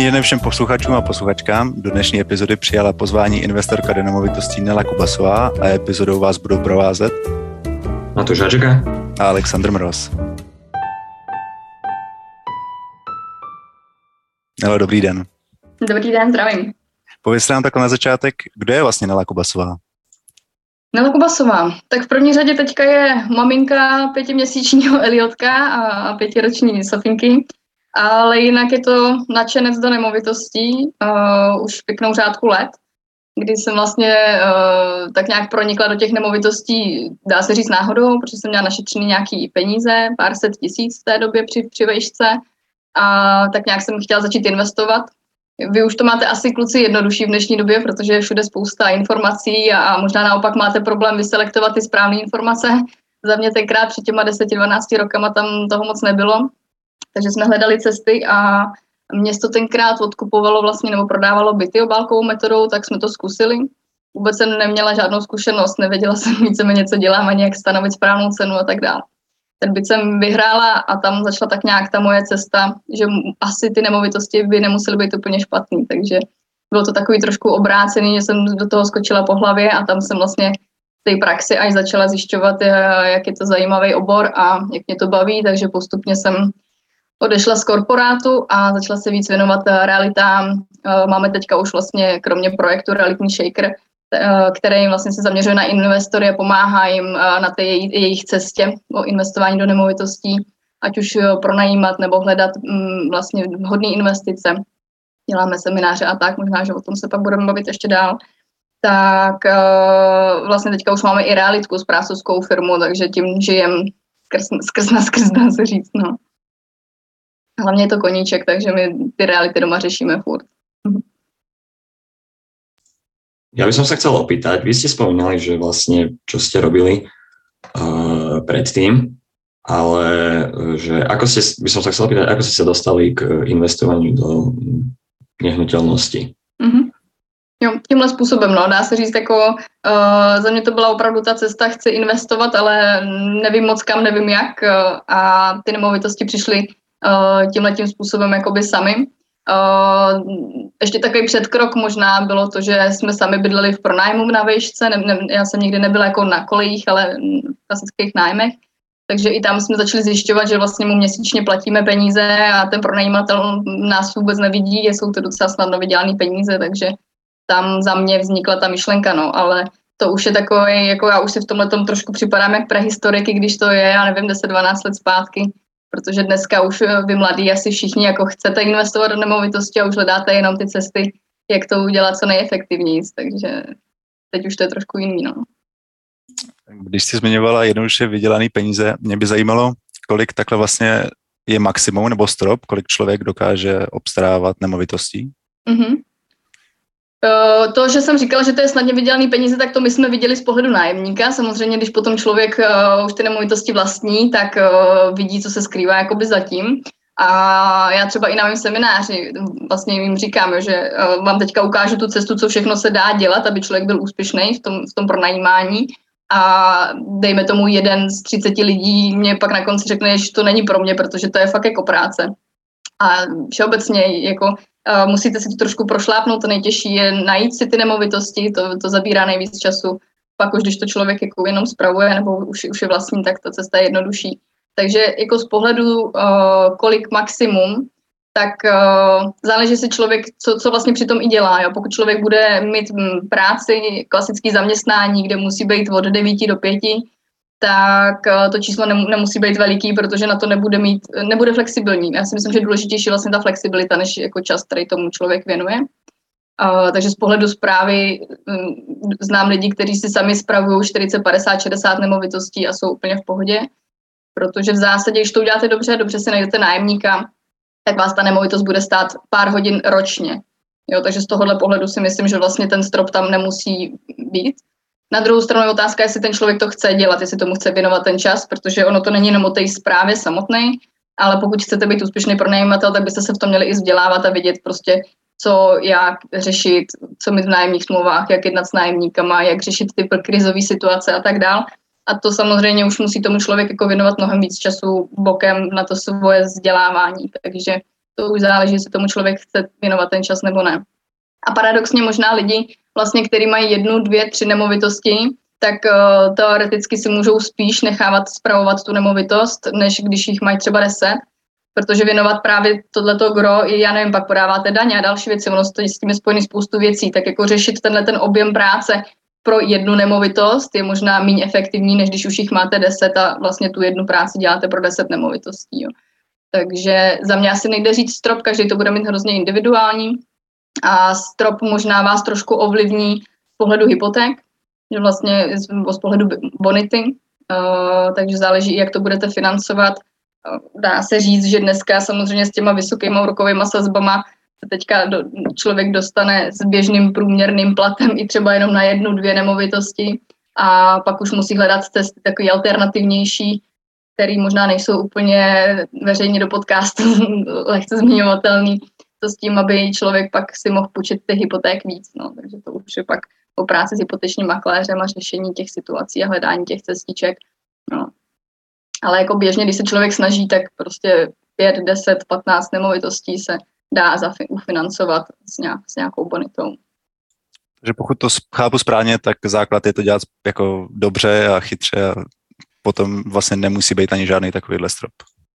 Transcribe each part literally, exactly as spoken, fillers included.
Pěkný den všem posluchačům a posluchačkám. Do dnešní epizody přijala pozvání investorka do nemovitostí Nela Kubasová a epizodou vás budou provázet Matúš Hadžeka a Alexandr Mroz. Nelo, dobrý den. Dobrý den, zdravím. Povězte nám takhle na začátek, kdo je vlastně Nela Kubasová? Nela Kubasová. Tak v první řadě teďka je maminka pětiměsíčního Eliotka a pětiroční Sofinky, ale jinak je to nadšenec do nemovitostí uh, už pěknou řádku let, kdy jsem vlastně uh, tak nějak pronikla do těch nemovitostí, dá se říct náhodou, protože jsem měla našetřený nějaký peníze, pár set tisíc v té době při, při vejšce a tak nějak jsem chtěla začít investovat. Vy už to máte asi kluci jednodušší v dnešní době, protože je všude spousta informací a možná naopak máte problém vyselektovat ty správné informace. Za mě tenkrát před těma deseti dvanácti rokama tam toho moc nebylo, takže jsme hledali cesty a město tenkrát odkupovalo vlastně nebo prodávalo byty obálkovou metodou, tak jsme to zkusili. Vůbec jsem neměla žádnou zkušenost, nevěděla jsem víceméně, co dělám, ani jak stanovit správnou cenu a tak dále. Ten byt jsem vyhrála a tam začala tak nějak ta moje cesta, že asi ty nemovitosti by nemusely být úplně špatný, takže bylo to takový trošku obrácený, že jsem do toho skočila po hlavě a tam jsem vlastně v té praxi až začala zjišťovat, jak je to zajímavý obor a jak mě to baví, takže postupně jsem odešla z korporátu a začala se víc věnovat realitám. Máme teďka už vlastně kromě projektu Realitní Shaker, který vlastně se zaměřuje na investory a pomáhá jim na té jejich cestě o investování do nemovitostí, ať už pronajímat nebo hledat vlastně vhodné investice. Děláme semináře a tak, možná, že o tom se pak budeme bavit ještě dál. Tak vlastně teďka už máme i realitku s prácovskou firmu, takže tím žijem skrz, skrz na skrz, dá se říct. No. Hlavně je to koníček, takže my ty reality doma řešíme furt. Ja by som sa chcel opýtať, vy ste spomínali, že vlastne čo ste robili uh, predtým, ale že ako ste, by som sa chcel opýtať, ako ste sa dostali k investovaniu do nehnuteľnosti? Mm-hmm. Jo, tímhle způsobem, no, dá se říct, jako uh, za mě to byla opravdu ta cesta, chci investovat, ale nevím moc kam, nevím jak uh, a ty nemovitosti přišly uh, tímhletím způsobem jakoby sami. Uh, ještě takový předkrok možná bylo to, že jsme sami bydleli v pronájmu na vejšce, ne, ne, já jsem nikdy nebyla jako na kolejích, ale v klasických nájmech, takže i tam jsme začali zjišťovat, že vlastně mu měsíčně platíme peníze a ten pronajímatel nás vůbec nevidí, jsou to docela snadno vydělané peníze, takže tam za mě vznikla ta myšlenka, no, ale to už je takový, jako já už si v tomhletom trošku připadám jak prehistoriky, když to je, já nevím, deset dvanáct let zpátky, protože dneska už vy mladí asi všichni jako chcete investovat do nemovitosti a už hledáte jenom ty cesty, jak to udělat co nejefektivněji, takže teď už to je trošku jiný, no. Když jsi zmiňovala jednoduše vydělaný peníze, mě by zajímalo, kolik takhle vlastně je maximum nebo strop, kolik člověk dokáže obstarávat nemovitostí? Mhm. To, že jsem říkala, že to je snadně vydělaný peníze, tak to my jsme viděli z pohledu nájemníka. Samozřejmě, když potom člověk uh, už ty nemovitosti vlastní, tak uh, vidí, co se skrývá jakoby zatím. A já třeba i na mém semináři vlastně jim říkám, že uh, vám teďka ukážu tu cestu, co všechno se dá dělat, aby člověk byl úspěšný v tom, v tom pronajímání. A dejme tomu jeden z třiceti lidí mě pak na konci řekne, že to není pro mě, protože to je fakt jako práce. A všeobecně jako uh, musíte si to trošku prošlápnout, to nejtěžší je najít si ty nemovitosti, to, to zabírá nejvíc času. Pak už, když to člověk jako jenom spravuje nebo už, už je vlastní, tak ta cesta je jednodušší. Takže jako z pohledu, uh, kolik maximum, tak uh, záleží si člověk, co, co vlastně přitom i dělá. Jo? Pokud člověk bude mít m, práci, klasický zaměstnání, kde musí být od devíti do pěti, tak to číslo nemusí být veliký, protože na to nebude mít, nebude flexibilní. Já si myslím, že důležitější je vlastně ta flexibilita, než jako čas, který tomu člověk věnuje. Uh, takže z pohledu správy um, znám lidi, kteří si sami spravují čtyřicet, padesát, šedesát nemovitostí a jsou úplně v pohodě, protože v zásadě, když to uděláte dobře, dobře si najdete nájemníka, tak vás ta nemovitost bude stát pár hodin ročně. Jo, takže z tohohle pohledu si myslím, že vlastně ten strop tam nemusí být. Na druhou stranu je otázka, jestli ten člověk to chce dělat, jestli tomu chce věnovat ten čas, protože ono to není jenom o té správě samotné, ale pokud chcete být úspěšný pronajímatel, tak byste se v tom měli i vzdělávat a vědět prostě, co, jak řešit, co mít v nájemních smlouvách, jak jednat s nájemníkama, jak řešit ty krizové situace a tak dál. A to samozřejmě už musí tomu člověk jako věnovat mnohem víc času bokem na to svoje vzdělávání. Takže to už záleží, jestli tomu člověk chce věnovat ten čas nebo ne. A paradoxně možná lidi, vlastně, kteří mají jednu, dvě, tři nemovitosti, tak uh, teoreticky si můžou spíš nechávat spravovat tu nemovitost, než když jich mají třeba deset, protože věnovat právě tohleto gro, i já nevím, pak podáváte daně a další věci, ono stojí s tím spojený spoustu věcí, tak jako řešit tenhle ten objem práce pro jednu nemovitost je možná méně efektivní, než když už jich máte deset a vlastně tu jednu práci děláte pro deset nemovitostí. Jo. Takže za mě asi nejde říct strop, každý to bude mít hrozně individuální a strop možná vás trošku ovlivní z pohledu hypoték, že vlastně z pohledu bonity, uh, takže záleží, jak to budete financovat. Uh, dá se říct, že dneska samozřejmě s těma vysokýma úrokovýma sazbama se teďka do, člověk dostane s běžným průměrným platem i třeba jenom na jednu, dvě nemovitosti a pak už musí hledat cesty takový alternativnější, který možná nejsou úplně veřejně do podcastu lehce zmiňovatelný, to s tím, aby člověk pak si mohl půjčit ty hypoték víc. No. Takže to už je pak o práci s hypotečním makléřem a řešení těch situací a hledání těch cestiček. No. Ale jako běžně, když se člověk snaží, tak prostě pět, deset, patnáct nemovitostí se dá zafi- ufinancovat s, nějak, s nějakou bonitou. Takže pokud to chápu správně, tak základ je to dělat jako dobře a chytře a potom vlastně nemusí být ani žádný takovýhle strop.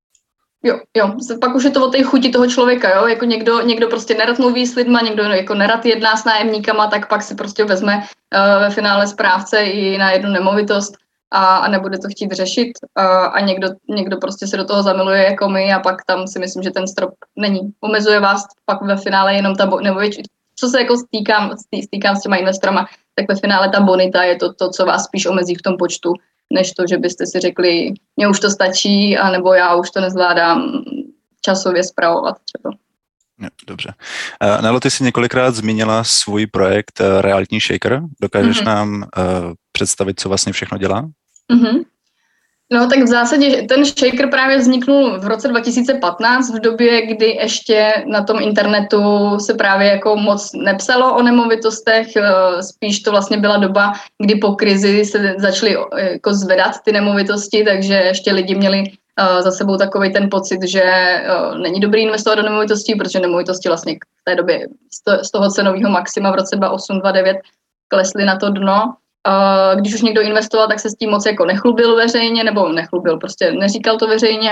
Jo, jo, pak už je to o té chuti toho člověka, jo, jako někdo, někdo prostě nerad mluví s lidma, někdo jako nerad jedná s nájemníkama, tak pak si prostě vezme uh, ve finále správce i na jednu nemovitost a, a nebude to chtít řešit uh, a někdo, někdo prostě se do toho zamiluje jako my a pak tam si myslím, že ten strop není. Omezuje vás pak ve finále jenom ta, bo- nebo věč, co se jako stýkám, stýkám s těma investorama, tak ve finále ta bonita je to, to, co vás spíš omezí v tom počtu, než to, že byste si řekli, mně už to stačí, anebo já už to nezvládám časově spravovat třeba. Jo, dobře. Uh, Nelo, ty jsi několikrát zmínila svůj projekt uh, Realitní Shaker. Dokážeš mm-hmm. nám uh, představit, co vlastně všechno dělá? Mm-hmm. No tak v zásadě ten Shaker právě vzniknul v roce dva tisíce patnáct, v době, kdy ještě na tom internetu se právě jako moc nepsalo o nemovitostech, spíš to vlastně byla doba, kdy po krizi se začaly jako zvedat ty nemovitosti, takže ještě lidi měli za sebou takovej ten pocit, že není dobrý investovat do nemovitostí, protože nemovitosti vlastně v té době z toho cenového maxima v roce dva tisíce osm dva tisíce devět klesly na to dno. Když už někdo investoval, tak se s tím moc jako nechlubil veřejně, nebo nechlubil, prostě neříkal to veřejně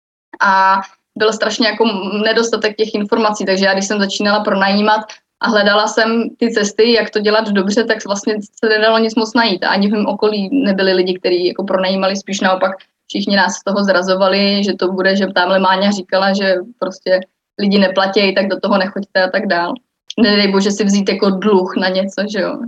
a byl strašně jako nedostatek těch informací, takže já když jsem začínala pronajímat a hledala jsem ty cesty, jak to dělat dobře, tak vlastně se nedalo nic moc najít a ani v mém okolí nebyli lidi, kteří jako pronajímali, spíš naopak všichni nás z toho zrazovali, že to bude, že tamhle Máňa říkala, že prostě lidi neplatí, tak do toho nechoďte a tak dál. Nedej bože si vzít jako dluh na něco, že jo.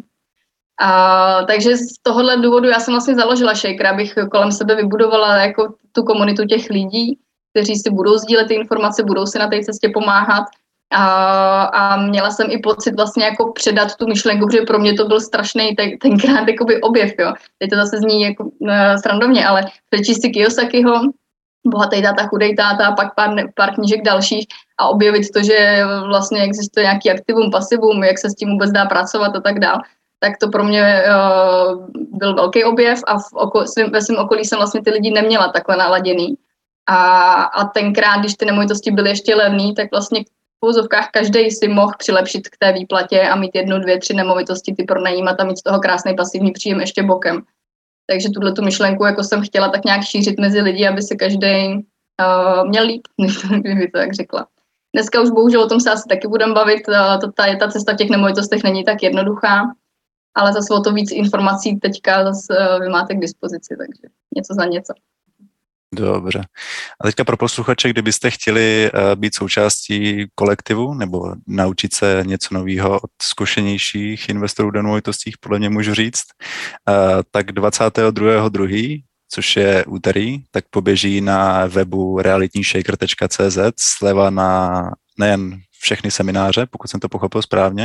A, takže z tohohle důvodu já jsem vlastně založila Shaker, abych kolem sebe vybudovala jako tu komunitu těch lidí, kteří si budou sdílet ty informace, budou si na té cestě pomáhat a, a měla jsem i pocit vlastně jako předat tu myšlenku, protože pro mě to byl strašný ten, tenkrát jakoby objev, jo. Teď to zase zní jako uh, srandovně, ale přečíst si Kiyosakiho, Bohatý táta, chudej táta a pak pár, pár knížek dalších a objevit to, že vlastně existuje nějaký aktivum, pasivum, jak se s tím vůbec dá pracovat a tak dál. Tak to pro mě uh, byl velký objev a v oko, svým, ve svém okolí jsem vlastně ty lidi neměla takhle naladěný. A, a tenkrát, když ty nemovitosti byly ještě levný, tak vlastně v pouzovkách každý si mohl přilepšit k té výplatě a mít jednu, dvě, tři nemovitosti, ty pronajímat a mít z toho krásný pasivní příjem ještě bokem. Takže tuhle tu myšlenku jako jsem chtěla tak nějak šířit mezi lidi, aby se každý uh, měl líp, kdyby to tak řekla. Dneska už bohužel o tom se asi taky budeme bavit, uh, to, ta, ta cesta v těch nemovitostech není tak jednoduchá. Ale zase o to víc informací teďka zase vy máte k dispozici, takže něco za něco. Dobře. A teďka pro posluchače, kdybyste chtěli být součástí kolektivu nebo naučit se něco nového od zkušenějších investorů do nemovitostí, podle mě můžu říct, tak dvacátého druhého druhého což je úterý, tak poběží na webu realitní shaker tečka cé zet sleva na nejen všechny semináře, pokud jsem to pochopil správně,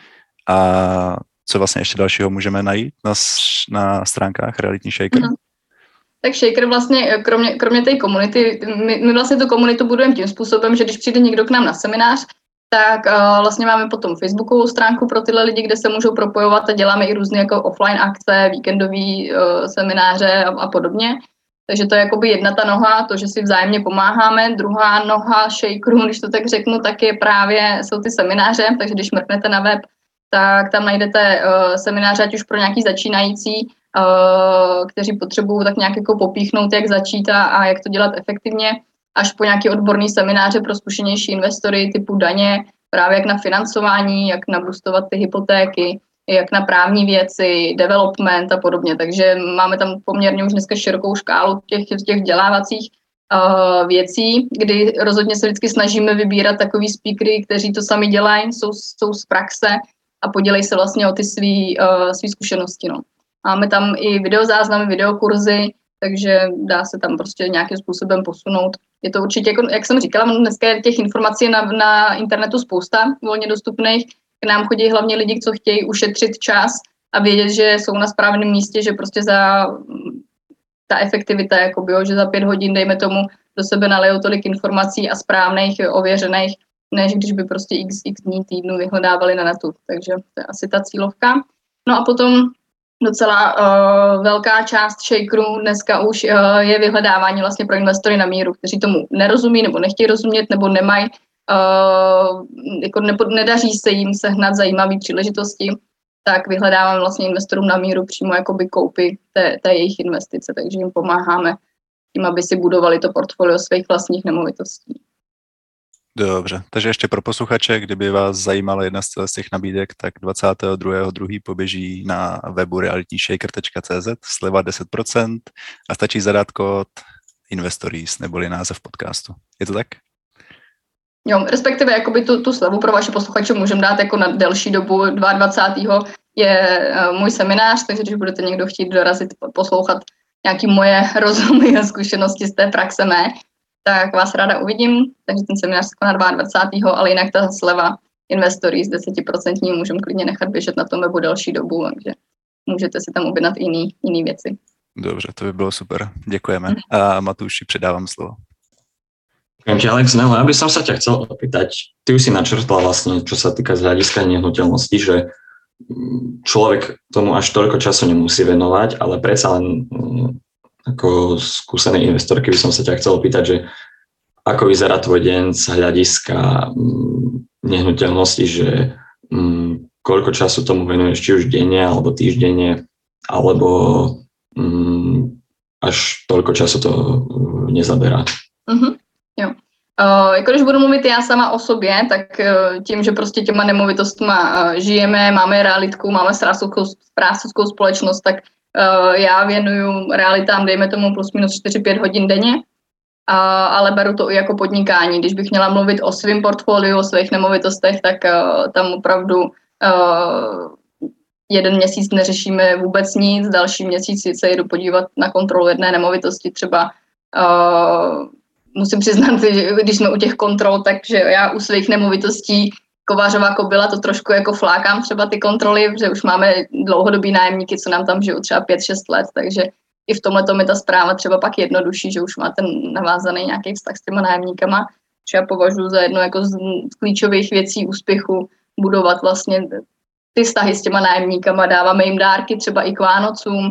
a co vlastně ještě dalšího můžeme najít na, na stránkách Realitní Shaker? Mm-hmm. Tak Shaker vlastně, kromě, kromě té komunity, my, my vlastně tu komunitu budujeme tím způsobem, že když přijde někdo k nám na seminář, tak uh, vlastně máme potom facebookovou stránku pro tyhle lidi, kde se můžou propojovat a děláme i různé jako offline akce, víkendové uh, semináře a, a podobně. Takže to je jakoby jedna ta noha, to, že si vzájemně pomáháme. Druhá noha Shakeru, když to tak řeknu, tak je právě, jsou ty semináře, takže když mrknete na web, tak tam najdete uh, semináře, ať už pro nějaký začínající, uh, kteří potřebují tak nějak jako popíchnout, jak začít a, a jak to dělat efektivně, až po nějaký odborný semináře pro zkušenější investory typu daně, právě jak na financování, jak naboostovat ty hypotéky, jak na právní věci, development a podobně. Takže máme tam poměrně už dneska širokou škálu těch, těch vzdělávacích uh, věcí, kdy rozhodně se vždycky snažíme vybírat takový speakery, kteří to sami dělají, jsou, jsou z praxe a podělej se vlastně o ty svý, uh, svý zkušenosti. No. Máme tam i videozáznamy, videokurzy, takže dá se tam prostě nějakým způsobem posunout. Je to určitě, jako, jak jsem říkala, dneska je těch informací na, na internetu spousta volně dostupných. K nám chodí hlavně lidi, co chtějí ušetřit čas a vědět, že jsou na správném místě, že prostě za ta efektivita, jakoby, jo, že za pět hodin, dejme tomu, do sebe nalejou tolik informací a správných, ověřených, než když by prostě x, x dní, týdnu vyhledávali na netu. Takže to je asi ta cílovka. No a potom docela uh, velká část Shakeru dneska už uh, je vyhledávání vlastně pro investory na míru, kteří tomu nerozumí nebo nechtějí rozumět nebo nemají, uh, jako nepo, nedaří se jim sehnat zajímavé příležitosti, tak vyhledáváme vlastně investorům na míru přímo jakoby koupy té, té jejich investice, takže jim pomáháme tím, aby si budovali to portfolio svých vlastních nemovitostí. Dobře, takže ještě pro posluchače, kdyby vás zajímala jedna z těch nabídek, tak dvacátého druhého druhého poběží na webu reality shaker tečka cé zet, sleva deset procent a stačí zadat kód Investories, neboli název podcastu. Je to tak? Jo, respektive jakoby tu, tu slevu pro vaše posluchače můžeme dát jako na delší dobu. dvacátého druhého je uh, můj seminář, takže když budete někdo chtít dorazit, poslouchat nějaké moje rozumy a zkušenosti z té praxe mé, tak vás ráda uvidím. Takže ten seminář se koná dvacátého druhého ale jinak ta sleva Investories deset procent můžeme klidně nechat běžet na tom webu delší dobu, takže můžete si tam objednat jiný, jiný věci. Dobře, to by bylo super. Děkujeme. A Matúši, předávám slovo. Ďakujem, Alex. No, ja by som sa ťa chcel opýtať, ty už si načrtla vlastne, čo sa týka z hľadiska nehnuteľnosti, že človek tomu až toľko času nemusí venovať, ale predsa len ako skúsenej investorky by som sa ťa chcel opýtať, že ako vyzerá tvoj deň z hľadiska nehnuteľnosti, že koľko času tomu venuješ, či už denne, alebo týždenne, alebo až toľko času to nezaberá. Mhm. Jo. Uh, jako když budu mluvit já sama o sobě, tak uh, tím, že prostě těma nemovitostma uh, žijeme, máme realitku, máme správcovskou společnost, tak uh, já věnuju realitám, dejme tomu plus minus čtyři pět hodin denně, uh, ale beru to i jako podnikání. Když bych měla mluvit o svém portfoliu, o svých nemovitostech, tak uh, tam opravdu uh, jeden měsíc neřešíme vůbec nic, další měsíc se jdu podívat na kontrolu jedné nemovitosti, třeba uh, musím přiznat, že když jsme u těch kontrol, takže já u svých nemovitostí Kovářová Kobyla to trošku jako flákám třeba ty kontroly, protože už máme dlouhodobý nájemníky, co nám tam žijou třeba pět šest let, takže i v tomhle tom je ta zpráva třeba pak jednodušší, že už máte navázaný nějaký vztah s těma nájemníkama, že já považuji za jednu jako z klíčových věcí úspěchu budovat vlastně ty vztahy s těma nájemníkama, dáváme jim dárky třeba i k Vánocům,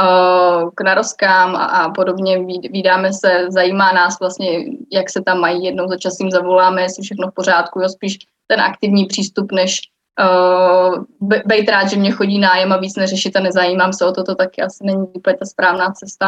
k narozkám a, a podobně, vídáme se, zajímá nás vlastně, jak se tam mají, jednou za čas jim zavoláme, jestli všechno v pořádku, jo, spíš ten aktivní přístup, než uh, bejt rád, že mě chodí nájem a víc neřešit a nezajímám se o toto, tak asi není úplně ta správná cesta.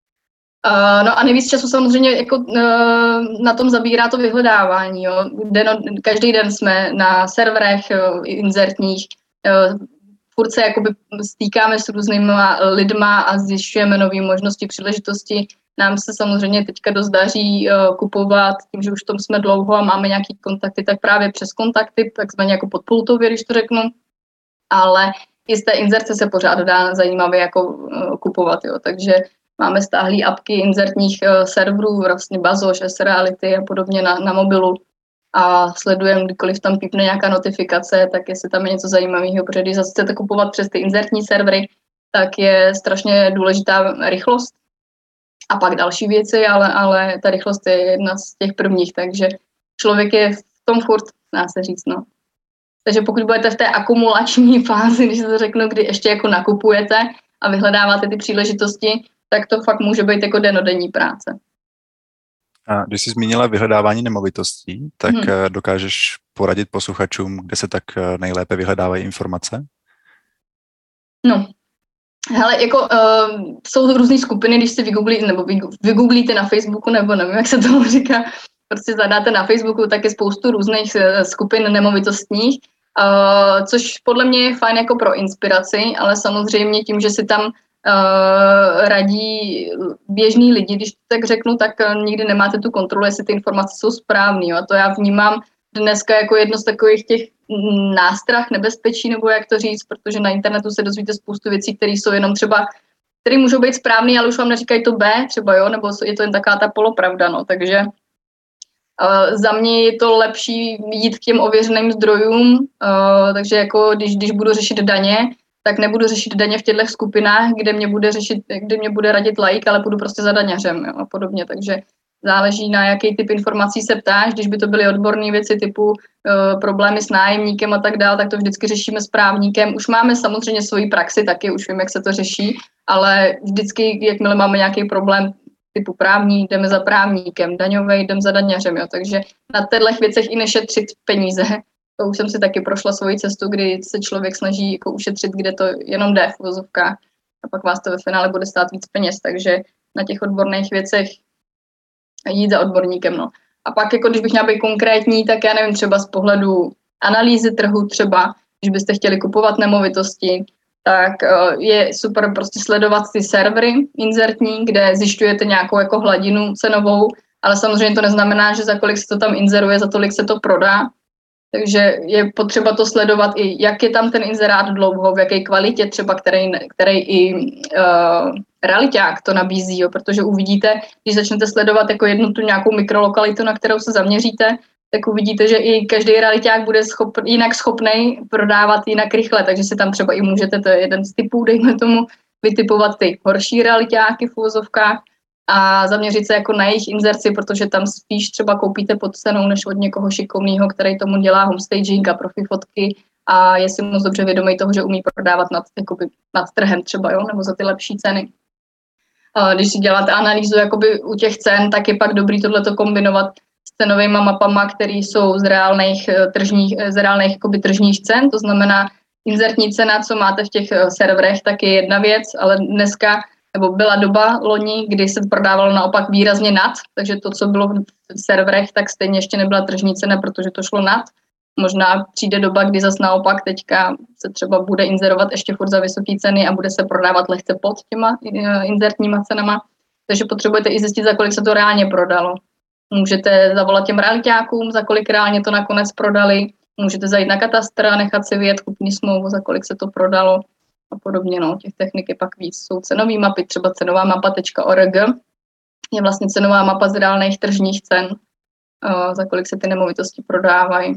Uh, no a nejvíc času samozřejmě jako, uh, na tom zabírá to vyhledávání. Jo. Den, každý den jsme na serverech uh, inzertních, uh, furt se jakoby stýkáme s různýma lidma a zjišťujeme nové možnosti, příležitosti. Nám se samozřejmě teďka dost daří uh, kupovat, tím, že už v tom jsme dlouho a máme nějaký kontakty, tak právě přes kontakty, takzvaně jako podpultově, když to řeknu. Ale i z té inzerce se pořád dá zajímavě jako uh, kupovat, jo. Takže máme stáhlý apky inzertních uh, serverů, vlastně Bazoš, S-Reality a podobně na, na mobilu. A sledujeme, kdykoliv tam pípne nějaká notifikace, tak jestli tam je něco zajímavého, protože když zase chcete kupovat přes ty inzertní servery, tak je strašně důležitá rychlost. A pak další věci, ale, ale ta rychlost je jedna z těch prvních, takže člověk je v tom furt, dá se říct, no. Takže pokud budete v té akumulační fázi, když to řeknu, kdy ještě jako nakupujete a vyhledáváte ty příležitosti, tak to fakt může být jako denodenní práce. A když jsi zmínila vyhledávání nemovitostí, tak Hmm. dokážeš poradit posluchačům, kde se tak nejlépe vyhledávají informace? No, hele, jako uh, jsou různé skupiny, když si vygooglíte, nebo vygooglíte na Facebooku, nebo nevím, jak se tomu říká, prostě zadáte na Facebooku, tak je spoustu různých uh, skupin nemovitostních, uh, což podle mě je fajn jako pro inspiraci, ale samozřejmě tím, že si tam uh, radí běžní lidi, když tak řeknu, tak uh, nikdy nemáte tu kontrolu, jestli ty informace jsou správný, jo, a to já vnímám dneska jako jedno z takových těch nástrah, nebezpečí, nebo jak to říct, protože na internetu se dozvíte spoustu věcí, které jsou jenom třeba, které můžou být správné, ale už vám neříkají to B třeba, jo, nebo je to jen taková ta polopravda, no, takže uh, za mě je to lepší jít k těm ověřeným zdrojům, uh, takže jako když, když budu řešit daně, tak nebudu řešit daně v těchto skupinách, kde mě bude řešit, kde mě bude radit laik, ale půjdu prostě za daňařem, jo, a podobně, takže záleží, na jaký typ informací se ptáš. Když by to byly odborné věci typu uh, problémy s nájemníkem a tak dále, tak to vždycky řešíme s právníkem. Už máme samozřejmě svoji praxi taky, už vím, jak se to řeší, ale vždycky, jakmile máme nějaký problém typu právní, jdeme za právníkem, daňový, jdeme za daňařem. Jo. Takže na těchto věcech i nešetřit peníze. To už jsem si taky prošla svoji cestu, kdy se člověk snaží jako ušetřit, kde to jenom jde v vozovkách a pak vás to ve finále bude stát víc peněz. Takže na těch odborných věcech jít za odborníkem, no. A pak, jako když bych měla být konkrétní, tak já nevím, třeba z pohledu analýzy trhu třeba, když byste chtěli kupovat nemovitosti, tak uh, je super prostě sledovat ty servery inzertní, kde zjišťujete nějakou jako hladinu cenovou, ale samozřejmě to neznamená, že za kolik se to tam inzeruje, za tolik se to prodá. Takže je potřeba to sledovat i, jak je tam ten inzerát dlouho, v jaké kvalitě třeba, který, který i uh, realiťák to nabízí, jo, protože uvidíte, když začnete sledovat jako jednu tu nějakou mikrolokalitu, na kterou se zaměříte, tak uvidíte, že i každý realiťák bude schop, jinak schopný prodávat jinak rychle, takže si tam třeba i můžete, to je jeden z typů, dejme tomu, vytipovat ty horší realiťáky v uvozovkách a zaměřit se jako na jejich inzerci, protože tam spíš třeba koupíte pod cenou, než od někoho šikovného, který tomu dělá homestaging a profi fotky a je si moc dobře vědomý toho, že umí prodávat nad, jakoby, nad trhem třeba, jo, nebo za ty lepší ceny. A když si děláte analýzu jakoby u těch cen, tak je pak dobrý tohleto kombinovat s cenovými mapama, které jsou z reálných tržních, z reálných jakoby tržních cen, to znamená inzertní cena, co máte v těch serverech, tak je jedna věc, ale dneska nebo byla doba loni, kdy se prodávalo naopak výrazně nad, takže to, co bylo v serverech, tak stejně ještě nebyla tržní cena, protože to šlo nad. Možná přijde doba, kdy zas naopak teďka se třeba bude inzerovat ještě furt za vysoké ceny a bude se prodávat lehce pod těma inzertníma cenama. Takže potřebujete i zjistit, za kolik se to reálně prodalo. Můžete zavolat těm realiťákům, za kolik reálně to nakonec prodali. Můžete zajít na katastr a nechat si vyjet kupní smlouvu, za kolik se to prodalo. A podobně, no, těch technik je pak víc. Jsou cenové mapy, třeba cenová mapa tečka org je vlastně cenová mapa z reálných tržních cen, uh, za kolik se ty nemovitosti prodávají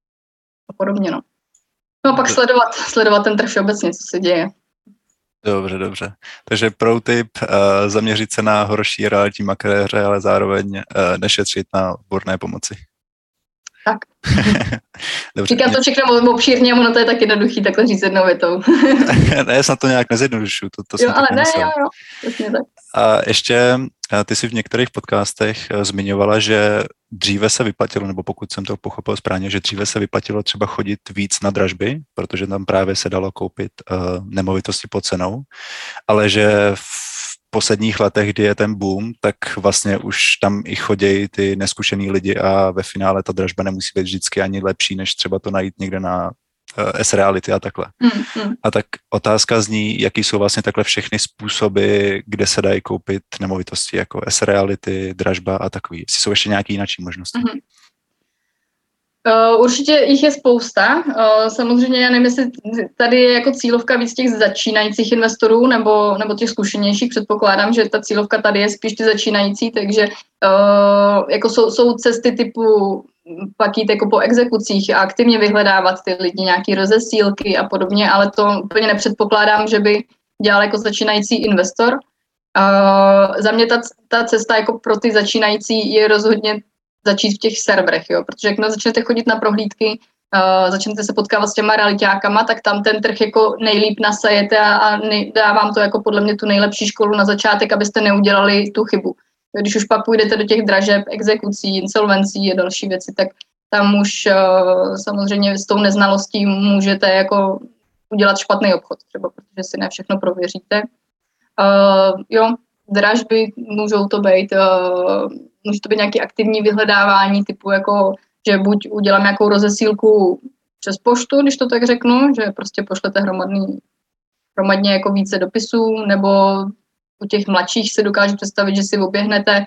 a podobně, no. No a pak sledovat, sledovat ten trh obecně, co se děje. Dobře, dobře. Takže pro tip, uh, zaměřit se na horší realitní makléře, ale zároveň uh, nešetřit na odborné pomoci. Tak. Dobře. Říkám to všechno obšírně, ono to je tak jednoduchý, takhle říct jednou větou. Ne, snad to nějak nezjednodušu. To, to jo, ale ne, jo, jo, jasně tak. A ještě ty jsi v některých podcastech zmiňovala, že dříve se vyplatilo, nebo pokud jsem to pochopil správně, že dříve se vyplatilo třeba chodit víc na dražby, protože tam právě se dalo koupit uh, nemovitosti pod cenou, ale že v posledních letech, kdy je ten boom, tak vlastně už tam i chodějí ty neskušený lidi a ve finále ta dražba nemusí být vždycky ani lepší, než třeba to najít někde na uh, S-Reality a takhle. Mm, mm. A tak otázka zní, jaký jsou vlastně takhle všechny způsoby, kde se dají koupit nemovitosti, jako S-Reality, dražba a takový. Jestli jsou ještě nějaké jiné možnosti. Mm. Uh, určitě jich je spousta. Uh, samozřejmě já nevím, jestli tady je jako cílovka víc těch začínajících investorů nebo, nebo těch zkušenějších. Předpokládám, že ta cílovka tady je spíš ty začínající, takže uh, jako jsou, jsou cesty typu pak jít jako po exekucích a aktivně vyhledávat ty lidi, nějaký rozesílky a podobně, ale to úplně nepředpokládám, že by dělal jako začínající investor. Uh, za mě ta, ta cesta jako pro ty začínající je rozhodně začít v těch serverech, jo, protože jakmile začnete chodit na prohlídky, uh, začnete se potkávat s těma realitákama, tak tam ten trh jako nejlíp nasajete a, a nej, dávám to jako podle mě tu nejlepší školu na začátek, abyste neudělali tu chybu. Když už pak půjdete do těch dražeb, exekucí, insolvencí a další věci, tak tam už uh, samozřejmě s tou neznalostí můžete jako udělat špatný obchod, třeba protože si ne všechno prověříte. Uh, jo, dražby můžou to být, uh, může to být nějaké aktivní vyhledávání typu jako, že buď udělám nějakou rozesílku přes poštu, když to tak řeknu, že prostě pošlete hromadný, hromadně jako více dopisů, nebo u těch mladších se dokážu představit, že si oběhnete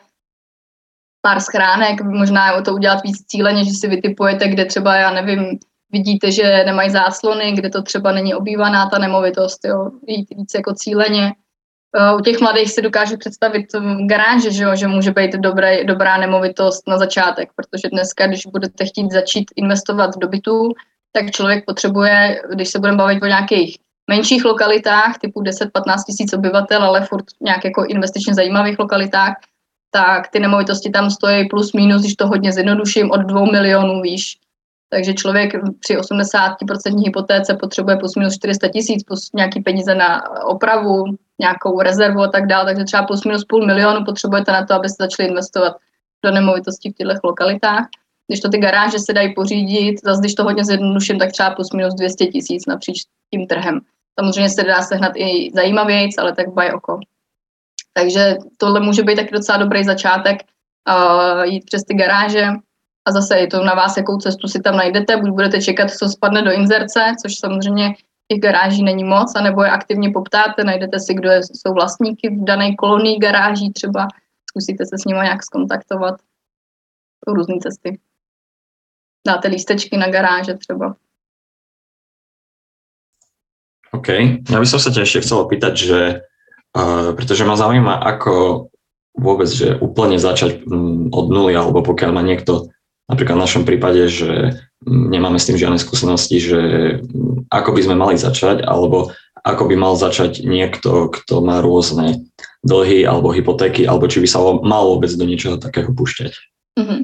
pár schránek, možná to udělat víc cíleně, že si vytipujete, kde třeba, já nevím, vidíte, že nemají záclony, kde to třeba není obývaná ta nemovitost, jo, jít víc jako cíleně. U těch mladých si dokážu představit garáže, že, jo, že může být dobré, dobrá nemovitost na začátek, protože dneska, když budete chtít začít investovat do bytů, tak člověk potřebuje, když se budeme bavit o nějakých menších lokalitách, typu deset patnáct tisíc obyvatel, ale furt nějak jako investičně zajímavých lokalitách, tak ty nemovitosti tam stojí plus minus, když to hodně zjednoduším, od dvou milionů výš. Takže člověk při osmdesát procent hypotéce potřebuje plus minus čtyři sta tisíc, plus nějaký peníze na opravu, nějakou rezervu a tak dále, takže třeba plus minus půl milionu potřebujete na to, abyste začali investovat do nemovitostí v těchto lokalitách. Když to ty garáže se dají pořídit, zase když to hodně zjednoduším, tak třeba plus minus dvě stě tisíc napříč tím trhem. Samozřejmě se dá sehnat i zajímavějc, ale tak baj oko. Takže tohle může být taky docela dobrý začátek, uh, jít přes ty garáže a zase je to na vás, jakou cestu si tam najdete, buď budete čekat, co spadne do inzerce, což samozřejmě těch garáží není moc, anebo je aktivně poptáte, najdete si, kdo je, jsou vlastníky v dané kolonii garáží třeba, zkusíte se s nimi nějak skontaktovat. Jsou různé cesty. Dáte lístečky na garáže třeba. OK. Ja by som sa ťa ešte chcel opýtať, že uh, pretože ma zaujíma, ako vôbec, že úplne začať um, od nuly, alebo pokiaľ má niekto, napríklad v našom prípade, že um, nemáme s tým žiadne skúsenosti, že um, ako by sme mali začať, alebo ako by mal začať niekto, kto má rôzne dlhy alebo hypotéky, alebo či by sa mal vôbec do niečoho takého púšťať. Mm-hmm.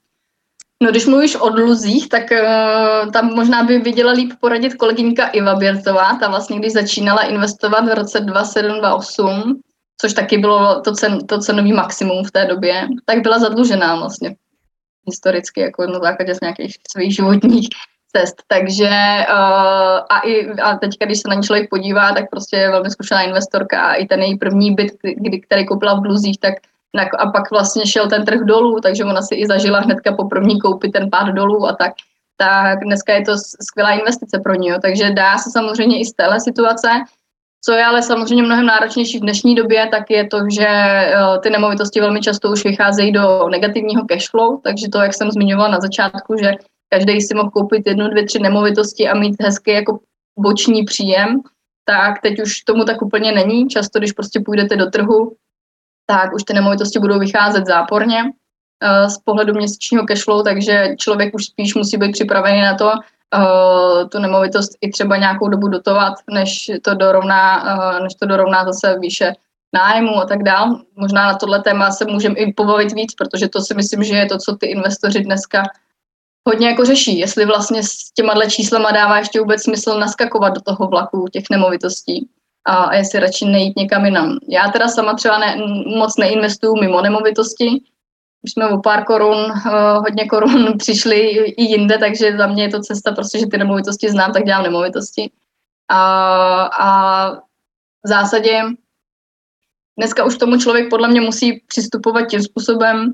No, když mluvíš o dluzích, tak uh, tam možná by viděla líp poradit kolegyňka Iva Běrtová. Ta vlastně, když začínala investovat v roce dva tisíce sedm dva tisíce osm, což taky bylo to, cen, to cenový maximum v té době, tak byla zadlužená vlastně historicky, jako na základě z nějakých svých životních cest. Takže uh, a, i, a teďka, když se na ní člověk podívá, tak prostě je velmi zkušená investorka a i ten její první byt, kdy, který koupila v dluzích, tak a pak vlastně šel ten trh dolů, takže ona si i zažila hnedka po první koupi ten pád dolů a tak. Tak dneska je to skvělá investice pro ní, jo. Takže dá se samozřejmě i z téhle situace. Co je ale samozřejmě mnohem náročnější v dnešní době, tak je to, že ty nemovitosti velmi často už vycházejí do negativního cashflow, takže to, jak jsem zmiňovala na začátku, že každý si mohl koupit jednu, dvě, tři nemovitosti a mít hezký jako boční příjem, tak teď už tomu tak úplně není. Často, když prostě půjdete do trhu, tak už ty nemovitosti budou vycházet záporně uh, z pohledu měsíčního cashflow, takže člověk už spíš musí být připravený na to uh, tu nemovitost i třeba nějakou dobu dotovat, než to dorovná, uh, než to dorovná zase výše nájmu a tak dál. Možná na tohle téma se můžeme i pobavit víc, protože to si myslím, že je to, co ty investoři dneska hodně jako řeší, jestli vlastně s těma číslama dává ještě vůbec smysl naskakovat do toho vlaku těch nemovitostí. A jestli radši nejít někam jinam. Já teda sama třeba ne, moc neinvestuju mimo nemovitosti. Už jsme o pár korun, uh, hodně korun přišli i jinde, takže za mě je to cesta, prostě, že ty nemovitosti znám, tak dělám nemovitosti. A, a v zásadě dneska už tomu člověk podle mě musí přistupovat tím způsobem,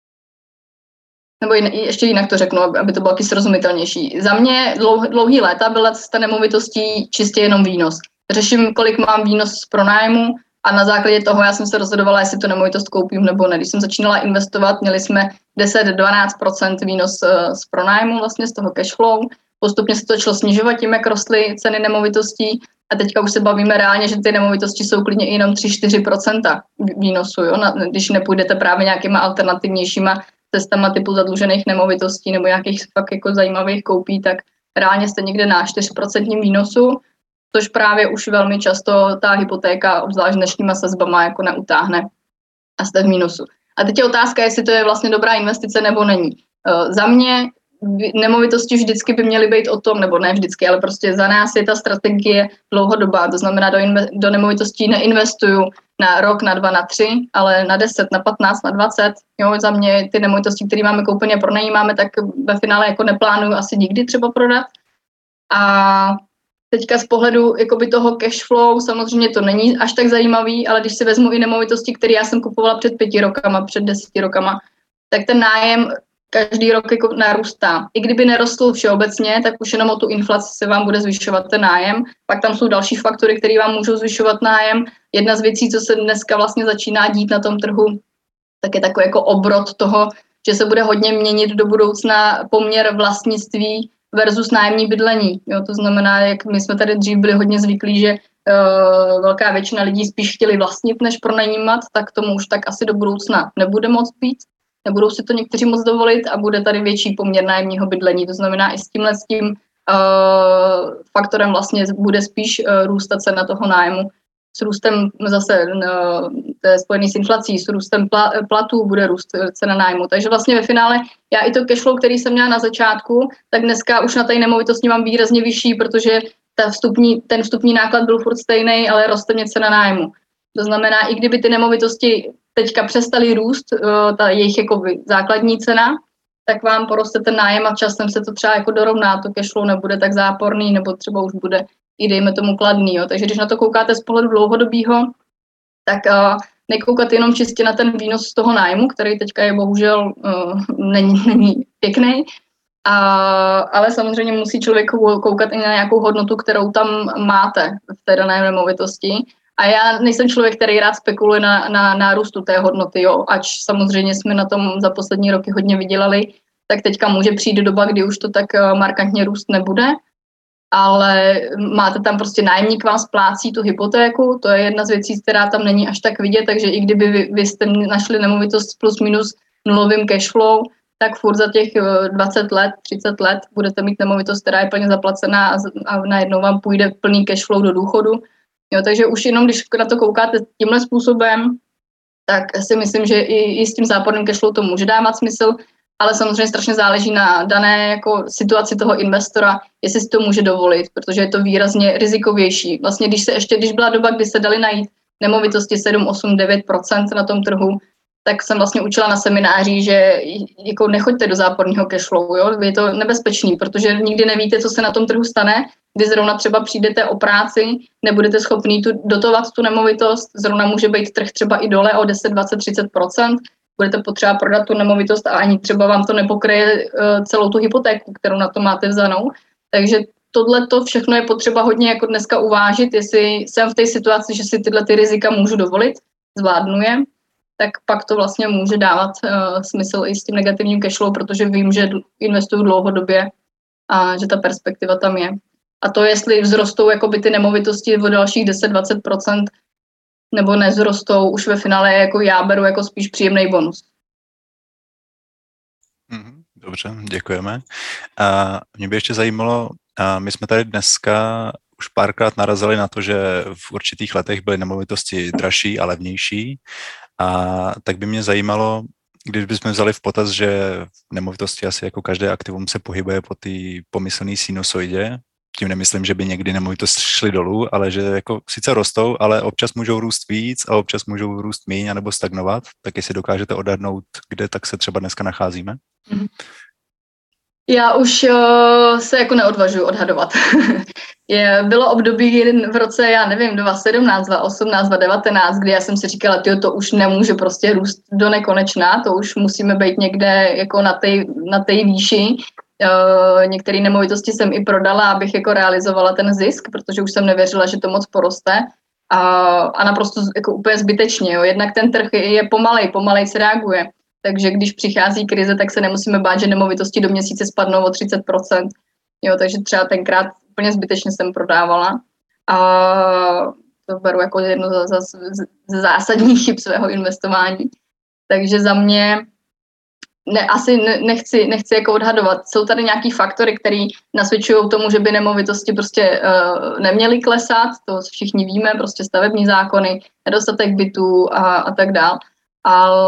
nebo jin, ještě jinak to řeknu, aby to bylo taky srozumitelnější. Za mě dlouh, dlouhý léta byla cesta nemovitostí čistě jenom výnos. Řeším, kolik mám výnos z pronájmu a na základě toho já jsem se rozhodovala, jestli tu nemovitost koupím nebo ne. Když jsem začínala investovat, měli jsme deset až dvanáct procent výnos z pronájmu, vlastně z toho cashflow. Postupně se to začalo snižovat tím, jak rostly ceny nemovitostí a teďka už se bavíme reálně, že ty nemovitosti jsou klidně jenom tři až čtyři procenta výnosu, jo? Když nepůjdete právě nějakýma alternativnějšíma cestama typu zadlužených nemovitostí nebo nějakých fakt jako zajímavých koupí, tak reálně jste někde na čtyři procenta výnosu, což právě už velmi často ta hypotéka, obzvlášť dnešníma sazbama, jako neutáhne a jste v mínusu. A teď je otázka, jestli to je vlastně dobrá investice nebo není. Uh, za mě nemovitosti vždycky by měly být o tom, nebo ne vždycky, ale prostě za nás je ta strategie dlouhodobá, to znamená do, inve, do nemovitostí neinvestuju na rok, na dva, na tři, ale na deset, na patnáct, na dvacet. Jo, za mě ty nemovitosti, které máme koupené a pronajímáme, tak ve finále jako neplánuju asi nikdy třeba prodat. A teďka z pohledu jakoby toho cash flow samozřejmě to není až tak zajímavý, ale když si vezmu i nemovitosti, které já jsem kupovala před pěti rokama, před deseti rokama, tak ten nájem každý rok jako narůstá. I kdyby nerostl všeobecně, tak už jenom o tu inflaci se vám bude zvyšovat ten nájem. Pak tam jsou další faktory, které vám můžou zvyšovat nájem. Jedna z věcí, co se dneska vlastně začíná dít na tom trhu, tak je takový jako obrot toho, že se bude hodně měnit do budoucna poměr vlastnictví versus nájemní bydlení. Jo, to znamená, jak my jsme tady dřív byli hodně zvyklí, že uh, velká většina lidí spíš chtěli vlastnit, než pronajímat, tak tomu už tak asi do budoucna nebude moc být. Nebudou si to někteří moc dovolit a bude tady větší poměr nájemního bydlení. To znamená, i s tímhle s tím uh, faktorem vlastně bude spíš uh, růst ta cena toho nájmu. S růstem zase uh, to je spojený s inflací, s růstem pla, platů bude růst cena nájmu. Takže vlastně ve finále já i to cashflow, který jsem měla na začátku, tak dneska už na té nemovitosti mám výrazně vyšší, protože ta vstupní, ten vstupní náklad byl furt stejný, ale roste mě cena nájmu. To znamená, i kdyby ty nemovitosti teďka přestaly růst, ta jejich jako základní cena, tak vám poroste ten nájem a časem se to třeba jako dorovná, to cashflow nebude tak záporný, nebo třeba už bude i dejme tomu kladný. Jo. Takže když na to koukáte z pohledu dlouhodobýho, tak uh, nekoukat jenom čistě na ten výnos z toho nájmu, který teďka je bohužel uh, není, není pěkný, a, ale samozřejmě musí člověk koukat i na nějakou hodnotu, kterou tam máte v té dané nemovitosti. A já nejsem člověk, který rád spekuluje na, na nárůstu té hodnoty, jo. Ač samozřejmě jsme na tom za poslední roky hodně vydělali, tak teďka může přijít doba, kdy už to tak markantně růst nebude, ale máte tam prostě nájemník vám splácí tu hypotéku, to je jedna z věcí, která tam není až tak vidět, takže i kdyby vy, vy jste našli nemovitost plus minus nulovým cashflow, tak furt za těch dvacet let, třicet let budete mít nemovitost, která je plně zaplacená a, a najednou vám půjde plný cashflow do důchodu. Jo, takže už jenom, když na to koukáte tímhle způsobem, tak si myslím, že i, i s tím záporným cashflow to může dávat smysl, ale samozřejmě strašně záleží na dané jako situaci toho investora, jestli si to může dovolit, protože je to výrazně rizikovější. Vlastně když se ještě, když byla doba, kdy se dali najít nemovitosti sedm, osm, devět procent na tom trhu, tak jsem vlastně učila na semináři, že jako nechoďte do záporného cashflow, jo? Je to nebezpečný, protože nikdy nevíte, co se na tom trhu stane, kdy zrovna třeba přijdete o práci, nebudete schopný tu, dotovat tu nemovitost, zrovna může být trh třeba i dole o deset, dvacet, třicet procent, budete potřeba prodat tu nemovitost a ani třeba vám to nepokryje uh, celou tu hypotéku, kterou na to máte vzanou. Takže tohle to všechno je potřeba hodně jako dneska uvážit, jestli jsem v té situaci, že si tyhle ty rizika můžu dovolit, zvládnu je, tak pak to vlastně může dávat uh, smysl i s tím negativním cashflow, protože vím, že investuju dlouhodobě a že ta perspektiva tam je. A to, jestli vzrostou jakoby ty nemovitosti o dalších deset až dvacet procent nebo nezrostou, už ve finále jako já beru jako spíš příjemný bonus. Dobře, děkujeme. A mě by ještě zajímalo, a my jsme tady dneska už párkrát narazili na to, že v určitých letech byly nemovitosti dražší a levnější. A tak by mě zajímalo, když bychom vzali v potaz, že nemovitosti asi jako každé aktivum se pohybuje po té pomyslné sinusoidě, tím nemyslím, že by někdy nemovitosti šly dolů, ale že jako sice rostou, ale občas můžou růst víc a občas můžou růst míň anebo stagnovat, tak jestli dokážete odhadnout, kde tak se třeba dneska nacházíme? Já už uh, se jako neodvažuji odhadovat. Je, bylo období v roce, já nevím, dva tisíce sedmnáct, dva tisíce osmnáct, dva tisíce devatenáct, kdy já jsem si říkala, tyjo, to už nemůže prostě růst do nekonečna, to už musíme být někde jako na té na té výši. Uh, některé nemovitosti jsem i prodala, abych jako realizovala ten zisk, protože už jsem nevěřila, že to moc poroste. A, a naprosto jako úplně zbytečně. Jo. Jednak ten trh je, je pomalej, pomalej se reaguje. Takže když přichází krize, tak se nemusíme bát, že nemovitosti do měsíce spadnou o třicet procent. Jo, takže třeba tenkrát úplně zbytečně jsem prodávala. A to beru jako jedno z, z, z zásadních chyb svého investování. Takže za mě ne, asi ne, nechci, nechci jako odhadovat. Jsou tady nějaký faktory, které nasvědčují tomu, že by nemovitosti prostě uh, neměly klesat, to všichni víme, prostě stavební zákony, nedostatek bytů a, a tak dál. A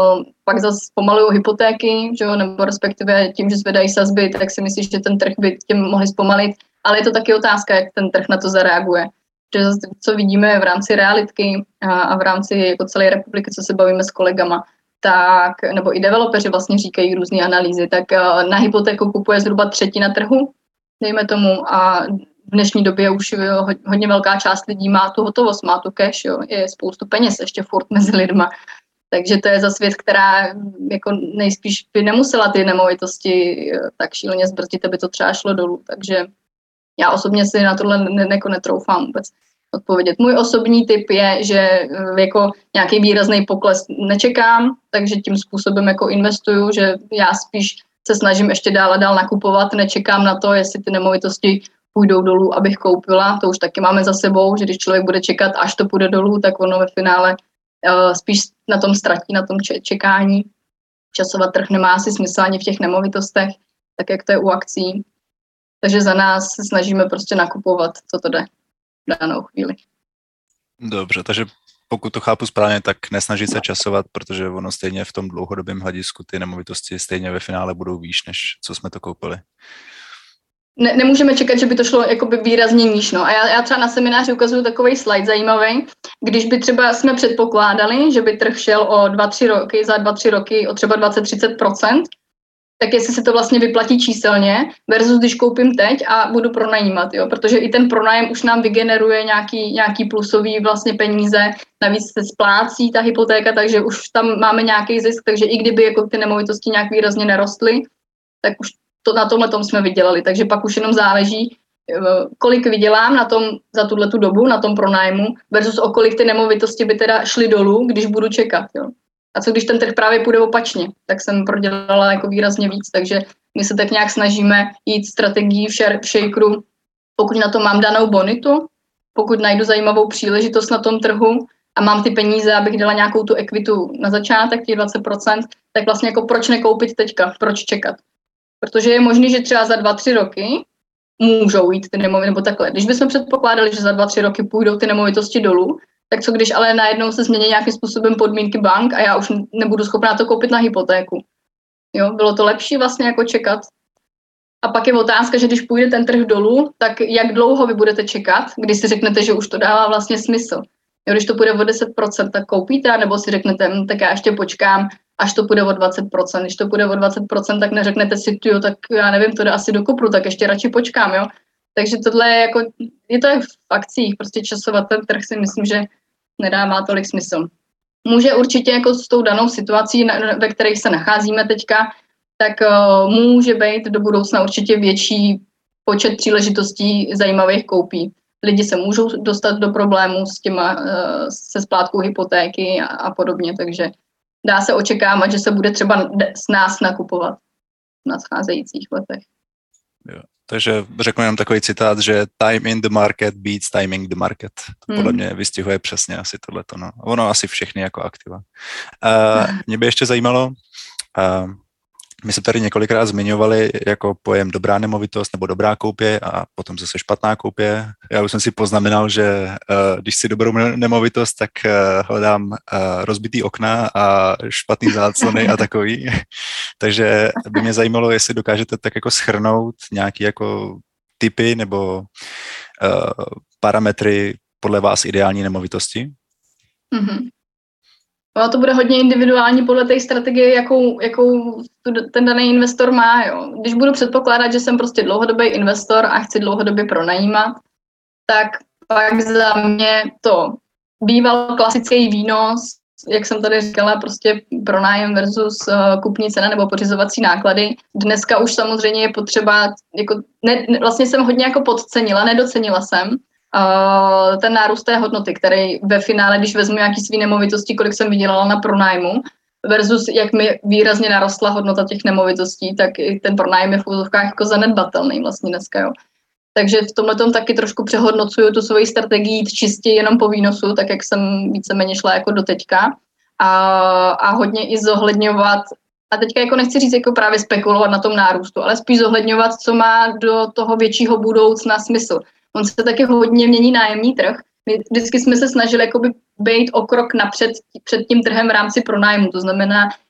pak zase zpomalují hypotéky, že jo, nebo respektive tím, že zvedají sazby, tak si myslíš, že ten trh by tím mohli zpomalit, ale je to taky otázka, jak ten trh na to zareaguje. Že zase, co vidíme v rámci realitky a, a v rámci jako celé republiky, co se bavíme s kolegama, tak, nebo i developeři vlastně říkají různé analýzy, tak na hypotéku kupuje zhruba třetina trhu, dejme tomu, a v dnešní době už hodně velká část lidí má tu hotovost, má tu cash, jo, je spoustu peněz ještě furt mezi lidma. Takže to je zase věc, která jako nejspíš by nemusela ty nemovitosti tak šíleně zbrzdit, aby to třeba šlo dolů. Takže já osobně si na tohle ne, jako netroufám vůbec odpovědět. Můj osobní tip je, že jako nějaký výrazný pokles nečekám, takže tím způsobem jako investuju, že já spíš se snažím ještě dál a dál nakupovat, nečekám na to, jestli ty nemovitosti půjdou dolů, abych koupila. To už taky máme za sebou, že když člověk bude čekat, až to půjde dolů, tak ono ve finále uh, spíš na tom ztratí, na tom čekání. Časovat trh nemá asi smysl ani v těch nemovitostech, tak jak to je u akcí. Takže za nás se snažíme prostě nakupovat, co to jde v danou chvíli. Dobře, takže pokud to chápu správně, tak nesnažit se časovat, protože ono stejně v tom dlouhodobém hledisku ty nemovitosti stejně ve finále budou výš, než co jsme to koupili. Ne, nemůžeme čekat, že by to šlo jakoby výrazně níž. No. A já, já třeba na semináři ukazuju takový slide zajímavý, když by třeba jsme předpokládali, že by trh šel o dva tři roky, za dva tři roky o třeba dvacet až třicet procent, tak jestli se to vlastně vyplatí číselně versus když koupím teď a budu pronajímat, jo? Protože i ten pronájem už nám vygeneruje nějaký, nějaký plusový vlastně peníze, navíc se splácí ta hypotéka, takže už tam máme nějaký zisk, takže i kdyby jako ty nemovitosti nějak výrazně nerostly, tak už to na tomhle tom jsme vydělali, takže pak už jenom záleží, kolik vydělám na tom za tuhletu dobu, na tom pronájmu versus o kolik ty nemovitosti by teda šly dolů, když budu čekat, jo? A co když ten trh právě půjde opačně, tak jsem prodělala jako výrazně víc, takže my se tak nějak snažíme jít strategií v, share, v shakeru, pokud na to mám danou bonitu, pokud najdu zajímavou příležitost na tom trhu a mám ty peníze, abych dala nějakou tu ekvitu na začátek, těch dvacet procent, tak vlastně jako proč nekoupit teďka, proč čekat. Protože je možný, že třeba za dva, tři roky můžou jít ty nemovitosti, nebo takhle. Když bychom předpokládali, že za dva, tři roky půjdou ty nemovitosti dolů, tak co když ale najednou se změní nějakým způsobem podmínky bank a já už nebudu schopná to koupit na hypotéku. Jo, bylo to lepší vlastně jako čekat. A pak je otázka, že když půjde ten trh dolů, tak jak dlouho vy budete čekat, když si řeknete, že už to dává vlastně smysl. Jo, když to půjde o deset procent, tak koupíte, nebo si řeknete, tak já ještě počkám, až to půjde o dvacet procent. Když to půjde o dvacet procent, tak neřeknete si, jo, tak já nevím, to jde asi do kopru, tak ještě radši počkám, jo. Takže tohle je jako, je to jak v akcích, prostě časovat ten trh si myslím, že nedává tolik smysl. Může určitě jako s tou danou situací, ve které se nacházíme teďka, tak uh, může být do budoucna určitě větší počet příležitostí zajímavých koupí. Lidi se můžou dostat do problémů s těma, uh, se splátkou hypotéky a, a podobně, takže dá se očekávat, že se bude třeba s nás nakupovat v nadcházejících letech. Jo. Takže řeknu jenom takový citát, že time in the market beats timing the market. To podle mě vystihuje přesně asi tohleto. No. Ono asi všechny jako aktiva. Uh, mě by ještě zajímalo, uh, my jsme tady několikrát zmiňovali jako pojem dobrá nemovitost nebo dobrá koupě a potom zase špatná koupě. Já už jsem si poznamenal, že uh, když si dobrou nemovitost, tak uh, hledám uh, rozbitý okna a špatný záclony a takový. Takže by mě zajímalo, jestli dokážete tak jako shrnout nějaký jako typy nebo uh, parametry podle vás ideální nemovitosti. Mm-hmm. No, to bude hodně individuální podle té strategie, jakou, jakou ten daný investor má. Jo. Když budu předpokládat, že jsem prostě dlouhodobý investor a chci dlouhodobě pronajímat, tak pak za mě to býval klasický výnos, jak jsem tady říkala, prostě pronájem versus uh, kupní cena nebo pořizovací náklady. Dneska už samozřejmě je potřeba, jako, ne, vlastně jsem hodně jako podcenila, nedocenila jsem, Uh, ten nárůst té hodnoty, který ve finále, když vezmu nějaký svý nemovitosti, kolik jsem vydělala na pronájmu, versus jak mi výrazně narostla hodnota těch nemovitostí, tak i ten pronájem je v úzovkách jako zanedbatelný vlastně dneska, jo. Takže v tomhletom taky trošku přehodnocuju tu svoji strategii čistě jenom po výnosu, tak jak jsem víceméně šla jako doteďka a, a hodně i zohledňovat, a teďka jako nechci říct jako právě spekulovat na tom nárůstu, ale spíš zohledňovat, co má do toho většího budoucna smysl. On se taky hodně mění nájemní trh. My vždycky jsme se snažili jakoby být o krok napřed před tím trhem v rámci pronájmu. To znamená,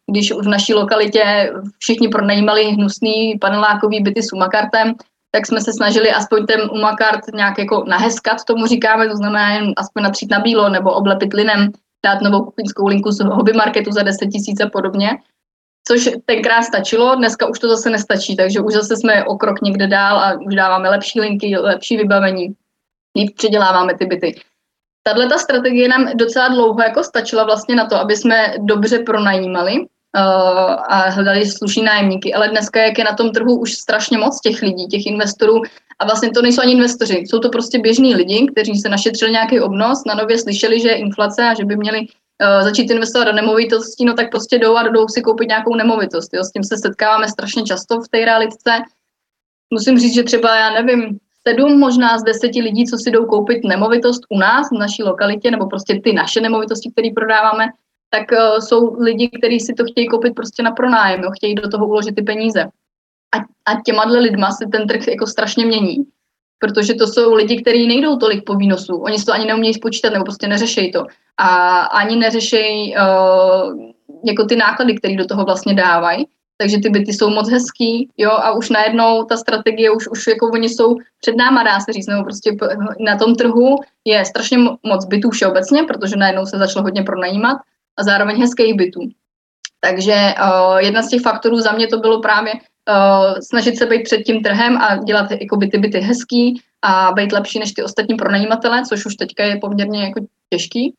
když v naší lokalitě všichni pronajímali hnusný panelákový byty s umakartem, tak jsme se snažili aspoň ten umakart nějak jako naheskat, tomu říkáme, to znamená jen aspoň natřít na bílo nebo oblepit linem, dát novou kuchyňskou linku z hobby marketu za deset tisíc a podobně. Což tenkrát stačilo, dneska už to zase nestačí, takže už zase jsme o krok někde dál a už dáváme lepší linky, lepší vybavení, líp předěláváme ty byty. Tahle ta strategie nám docela dlouho jako stačila vlastně na to, aby jsme dobře pronajímali uh, a hledali slušný nájemníky, ale dneska, jak je na tom trhu už strašně moc těch lidí, těch investorů, a vlastně to nejsou ani investoři, jsou to prostě běžní lidi, kteří se našetřili nějaký obnos, na nově slyšeli, že je inflace a že by měli uh, začít investovat do nemovitostí, no tak prostě jdou a jdou si koupit nějakou nemovitost. Jo? S tím se setkáváme strašně často v té realitce. Musím říct, že třeba, já nevím, sedm možná z deseti lidí, co si jdou koupit nemovitost u nás, v naší lokalitě, nebo prostě ty naše nemovitosti, které prodáváme, tak uh, jsou lidi, kteří si to chtějí koupit prostě na pronájem, jo? Chtějí do toho uložit ty peníze. A, a těmadle lidma se ten trh jako strašně mění, protože to jsou lidi, kteří nejdou tolik po výnosu, oni si to ani neumějí spočítat, nebo prostě neřešejí to. A ani neřešejí uh, jako ty náklady, které do toho vlastně dávají. Takže ty byty jsou moc hezký, jo, a už najednou ta strategie, už, už jako oni jsou před náma, dá se říct, nebo prostě na tom trhu je strašně moc bytů všeobecně, protože najednou se začalo hodně pronajímat a zároveň hezkých bytů. Takže uh, jedna z těch faktorů za mě to bylo právě uh, snažit se být před tím trhem a dělat jako byty, byty hezký a být lepší než ty ostatní pronajímatele, což už teďka je poměrně jako těžký.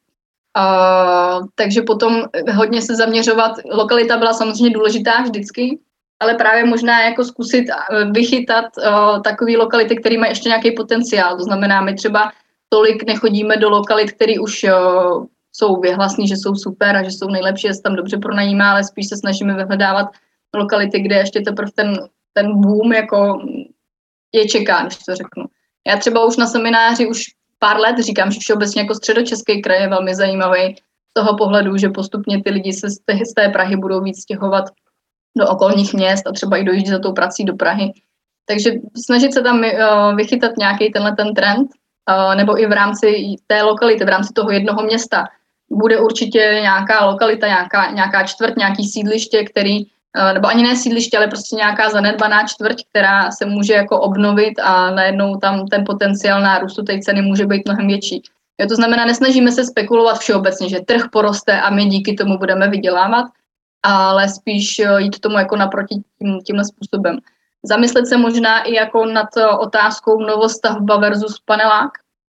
Uh, takže potom hodně se zaměřovat, lokalita byla samozřejmě důležitá vždycky, ale právě možná jako zkusit vychytat uh, takové lokality, které mají ještě nějaký potenciál. To znamená, my třeba tolik nechodíme do lokalit, které už uh, jsou vyhlasní, že jsou super a že jsou nejlepší, že se tam dobře pronajímá, ale spíš se snažíme vyhledávat lokality, kde ještě teprve ten, ten boom jako je čeká, když to řeknu. Já třeba už na semináři už pár let říkám, že všeobecně jako středočeský kraj je velmi zajímavý z toho pohledu, že postupně ty lidi se z té, z té Prahy budou víc stěhovat do okolních měst a třeba i dojíždět za tou prací do Prahy. Takže snažit se tam uh, vychytat nějaký tenhle ten trend, uh, nebo i v rámci té lokality, v rámci toho jednoho města. Bude určitě nějaká lokalita, nějaká, nějaká čtvrť, nějaký sídliště, který nebo ani ne sídliště, ale prostě nějaká zanedbaná čtvrť, která se může jako obnovit a najednou tam ten potenciál nárůstu té ceny může být mnohem větší. Jo, to znamená, nesnažíme se spekulovat všeobecně, že trh poroste a my díky tomu budeme vydělávat, ale spíš jít tomu jako naproti tím, tímhle způsobem. Zamyslet se možná i jako nad otázkou novostavba versus panelák,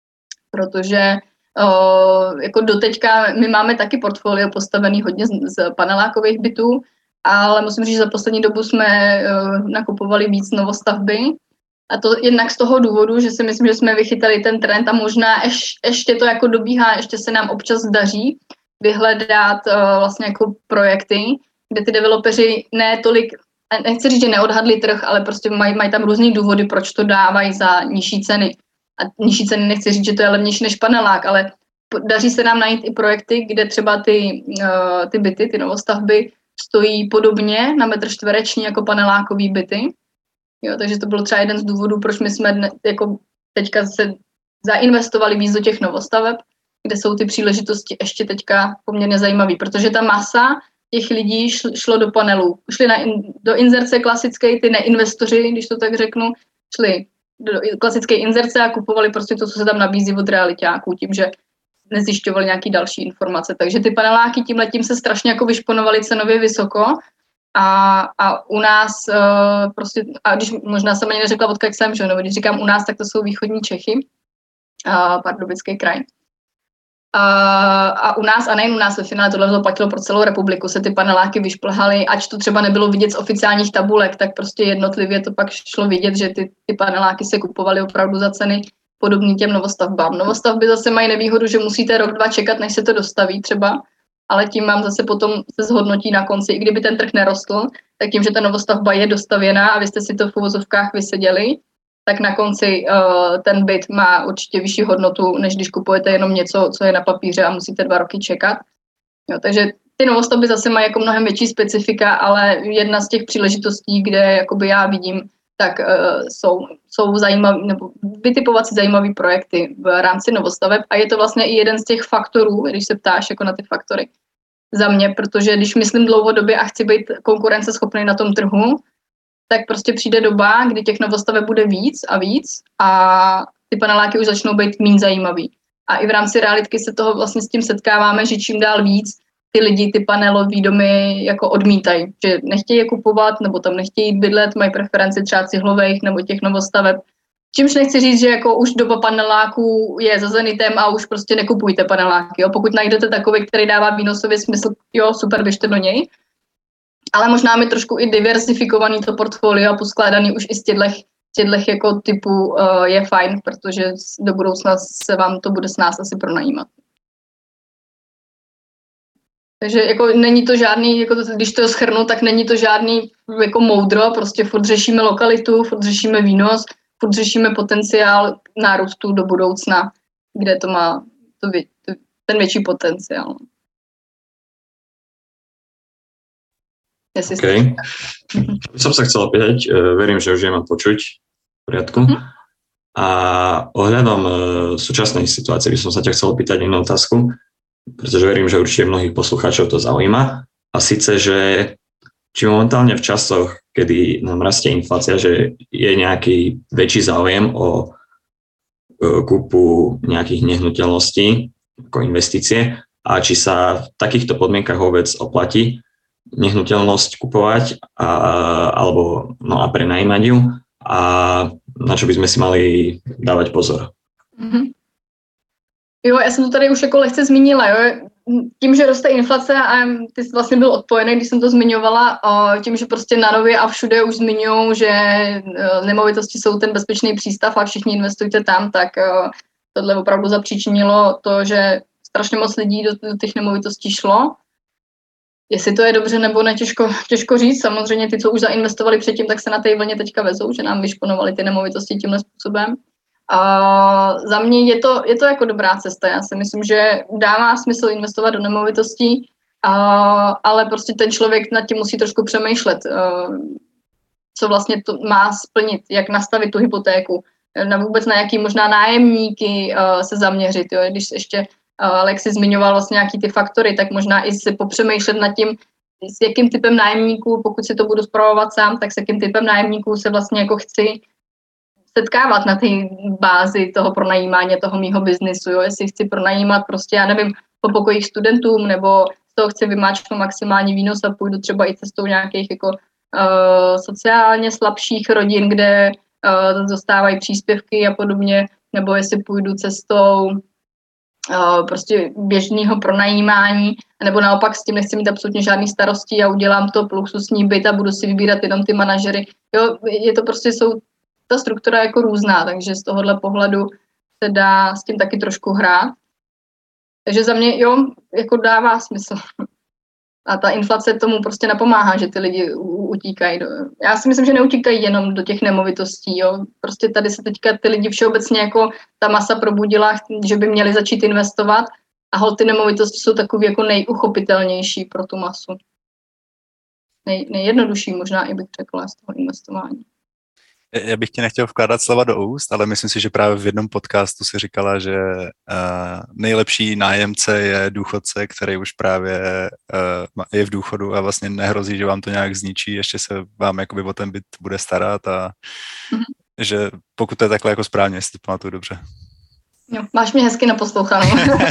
protože o, jako doteďka my máme taky portfolio postavený hodně z, z panelákových bytů, ale musím říct, že za poslední dobu jsme uh, nakupovali víc novostavby a to jednak z toho důvodu, že si myslím, že jsme vychytali ten trend a možná ješ, ještě to jako dobíhá, ještě se nám občas daří vyhledat uh, vlastně jako projekty, kde ty developeři ne tolik, nechci říct, že neodhadli trh, ale prostě mají, mají tam různý důvody, proč to dávají za nižší ceny. A nižší ceny nechci říct, že to je levnější než panelák, ale daří se nám najít i projekty, kde třeba ty, uh, ty byty, ty novostavby stojí podobně na metr čtvereční jako panelákový byty. Jo, takže to byl třeba jeden z důvodů, proč my jsme dne, jako teďka se zainvestovali víc do těch novostaveb, kde jsou ty příležitosti ještě teďka poměrně zajímavé, protože ta masa těch lidí šlo, šlo do panelů. Šli na in, do inzerce klasické, ty neinvestoři, když to tak řeknu, šli do klasické inzerce a kupovali prostě to, co se tam nabízí od realitáků, tím, že nezjišťovali nějaký další informace. Takže ty paneláky tímhletím se strašně jako vyšponovaly cenově vysoko a, a u nás uh, prostě, a když možná jsem ani neřekla, odkud jsem, že, nebo když říkám u nás, tak to jsou východní Čechy, uh, Pardubický kraj. Uh, a u nás, a nejen u nás, ve finále tohle to platilo pro celou republiku, se ty paneláky vyšplhaly, ač to třeba nebylo vidět z oficiálních tabulek, tak prostě jednotlivě to pak šlo vidět, že ty, ty paneláky se kupovaly opravdu za ceny podobný těm novostavbám. Novostavby zase mají nevýhodu, že musíte rok, dva čekat, než se to dostaví třeba, ale tím vám zase potom se zhodnotí na konci, i kdyby ten trh nerostl, tak tím, že ta novostavba je dostavěná a vy jste si to v uvozovkách vyseděli, tak na konci uh, ten byt má určitě vyšší hodnotu, než když kupujete jenom něco, co je na papíře a musíte dva roky čekat. Jo, takže ty novostavby zase mají jako mnohem větší specifika, ale jedna z těch příležitostí, kde jakoby já vidím, tak uh, jsou, jsou zajímavý, nebo vytipovat si zajímavý projekty v rámci novostaveb a je to vlastně i jeden z těch faktorů, když se ptáš jako na ty faktory, za mě, protože když myslím dlouhodobě a chci být konkurenceschopný na tom trhu, tak prostě přijde doba, kdy těch novostaveb bude víc a víc a ty paneláky už začnou být méně zajímavý. A i v rámci realitky se toho vlastně s tím setkáváme, že čím dál víc ty lidi ty panelový domy jako odmítají, že nechtějí je kupovat, nebo tam nechtějí jít bydlet, mají preferenci třeba cihlových nebo těch novostaveb. Čímž nechci říct, že jako už doba paneláků je za zenitem a už prostě nekupujte paneláky. Jo? Pokud najdete takový, který dává výnosový smysl, jo, super, běžte do něj. Ale možná mi trošku i diversifikovaný to portfolio a poskládaný už i z těchto jako typů uh, je fajn, protože do budoucna se vám to bude s nás asi pronajímat. Takže jako není to žádný, jako to, když to shrnu, tak není to žádný jako moudro, prostě furt řešíme lokalitu, furt řešíme výnos, furt řešíme potenciál nárůstu do budoucna, kde to má to, to, ten větší potenciál. OK. Som sa chcel opýtať, verím, že už je ma počuť v poriadku. A ohľadom súčasnej situácie by som sa ťa chcel opýtať jednu otázku, pretože verím, že určite mnohých poslucháčov to zaujíma. A síce, že či momentálne v časoch, kedy nám rastie inflácia, že je nejaký väčší záujem o kúpu nejakých nehnuteľností ako investície a či sa v takýchto podmienkach vôbec oplatí nehnuteľnosť kupovať a, alebo no a prenajímať ju a na čo by sme si mali dávať pozor. Mm-hmm. Jo, já jsem to tady už jako lehce zmínila, jo. Tím, že roste inflace a ty jsi vlastně byl odpojený, když jsem to zmiňovala, tím, že prostě na Nově a všude už zmiňují, že nemovitosti jsou ten bezpečný přístav a všichni investujte tam, tak tohle opravdu zapříčinilo to, že strašně moc lidí do, do těch nemovitostí šlo. Jestli to je dobře nebo ne, těžko, těžko říct. Samozřejmě ty, co už zainvestovali předtím, tak se na té vlně teďka vezou, že nám vyšponovali ty nemovitosti tímhle způsobem. A za mě je to, je to jako dobrá cesta. Já si myslím, že dává smysl investovat do nemovitostí, a, ale prostě ten člověk nad tím musí trošku přemýšlet, co vlastně to má splnit, jak nastavit tu hypotéku, na vůbec na jaký možná nájemníky se zaměřit. Jo. Když ještě Alex si zmiňoval vlastně nějaký ty faktory, tak možná i si popřemýšlet nad tím, s jakým typem nájemníků, pokud si to budu spravovat sám, tak s jakým typem nájemníků se vlastně jako chci setkávat na té bázi toho pronajímání toho mýho biznisu, jo? Jestli chci pronajímat prostě, já nevím, po pokojích studentům, nebo z toho chci vymáčknout maximální výnos a půjdu třeba i cestou nějakých jako uh, sociálně slabších rodin, kde uh, dostávají příspěvky a podobně, nebo jestli půjdu cestou uh, prostě běžného pronajímání, nebo naopak s tím nechci mít absolutně žádný starostí a udělám to luxusní byt a budu si vybírat jenom ty manažery. Jo, je to prostě, jsou ta struktura je jako různá, takže z tohohle pohledu se dá s tím taky trošku hrát. Takže za mě, jo, jako dává smysl. A ta inflace tomu prostě napomáhá, že ty lidi utíkají. Do... Já si myslím, že neutíkají jenom do těch nemovitostí, jo. Prostě tady se teďka ty lidi všeobecně jako ta masa probudila, že by měli začít investovat a holt ty nemovitosti jsou takový jako nejuchopitelnější pro tu masu. Nej, nejjednodušší možná i bych řekla z toho investování. Já bych ti nechtěl vkládat slova do úst, ale myslím si, že právě v jednom podcastu si říkala, že uh, nejlepší nájemce je důchodce, který už právě uh, je v důchodu a vlastně nehrozí, že vám to nějak zničí, ještě se vám jakoby o ten byt bude starat a mm-hmm. že pokud to je takhle jako správně, jestli to pamatuju dobře. Jo, máš mě hezky naposlouchanou.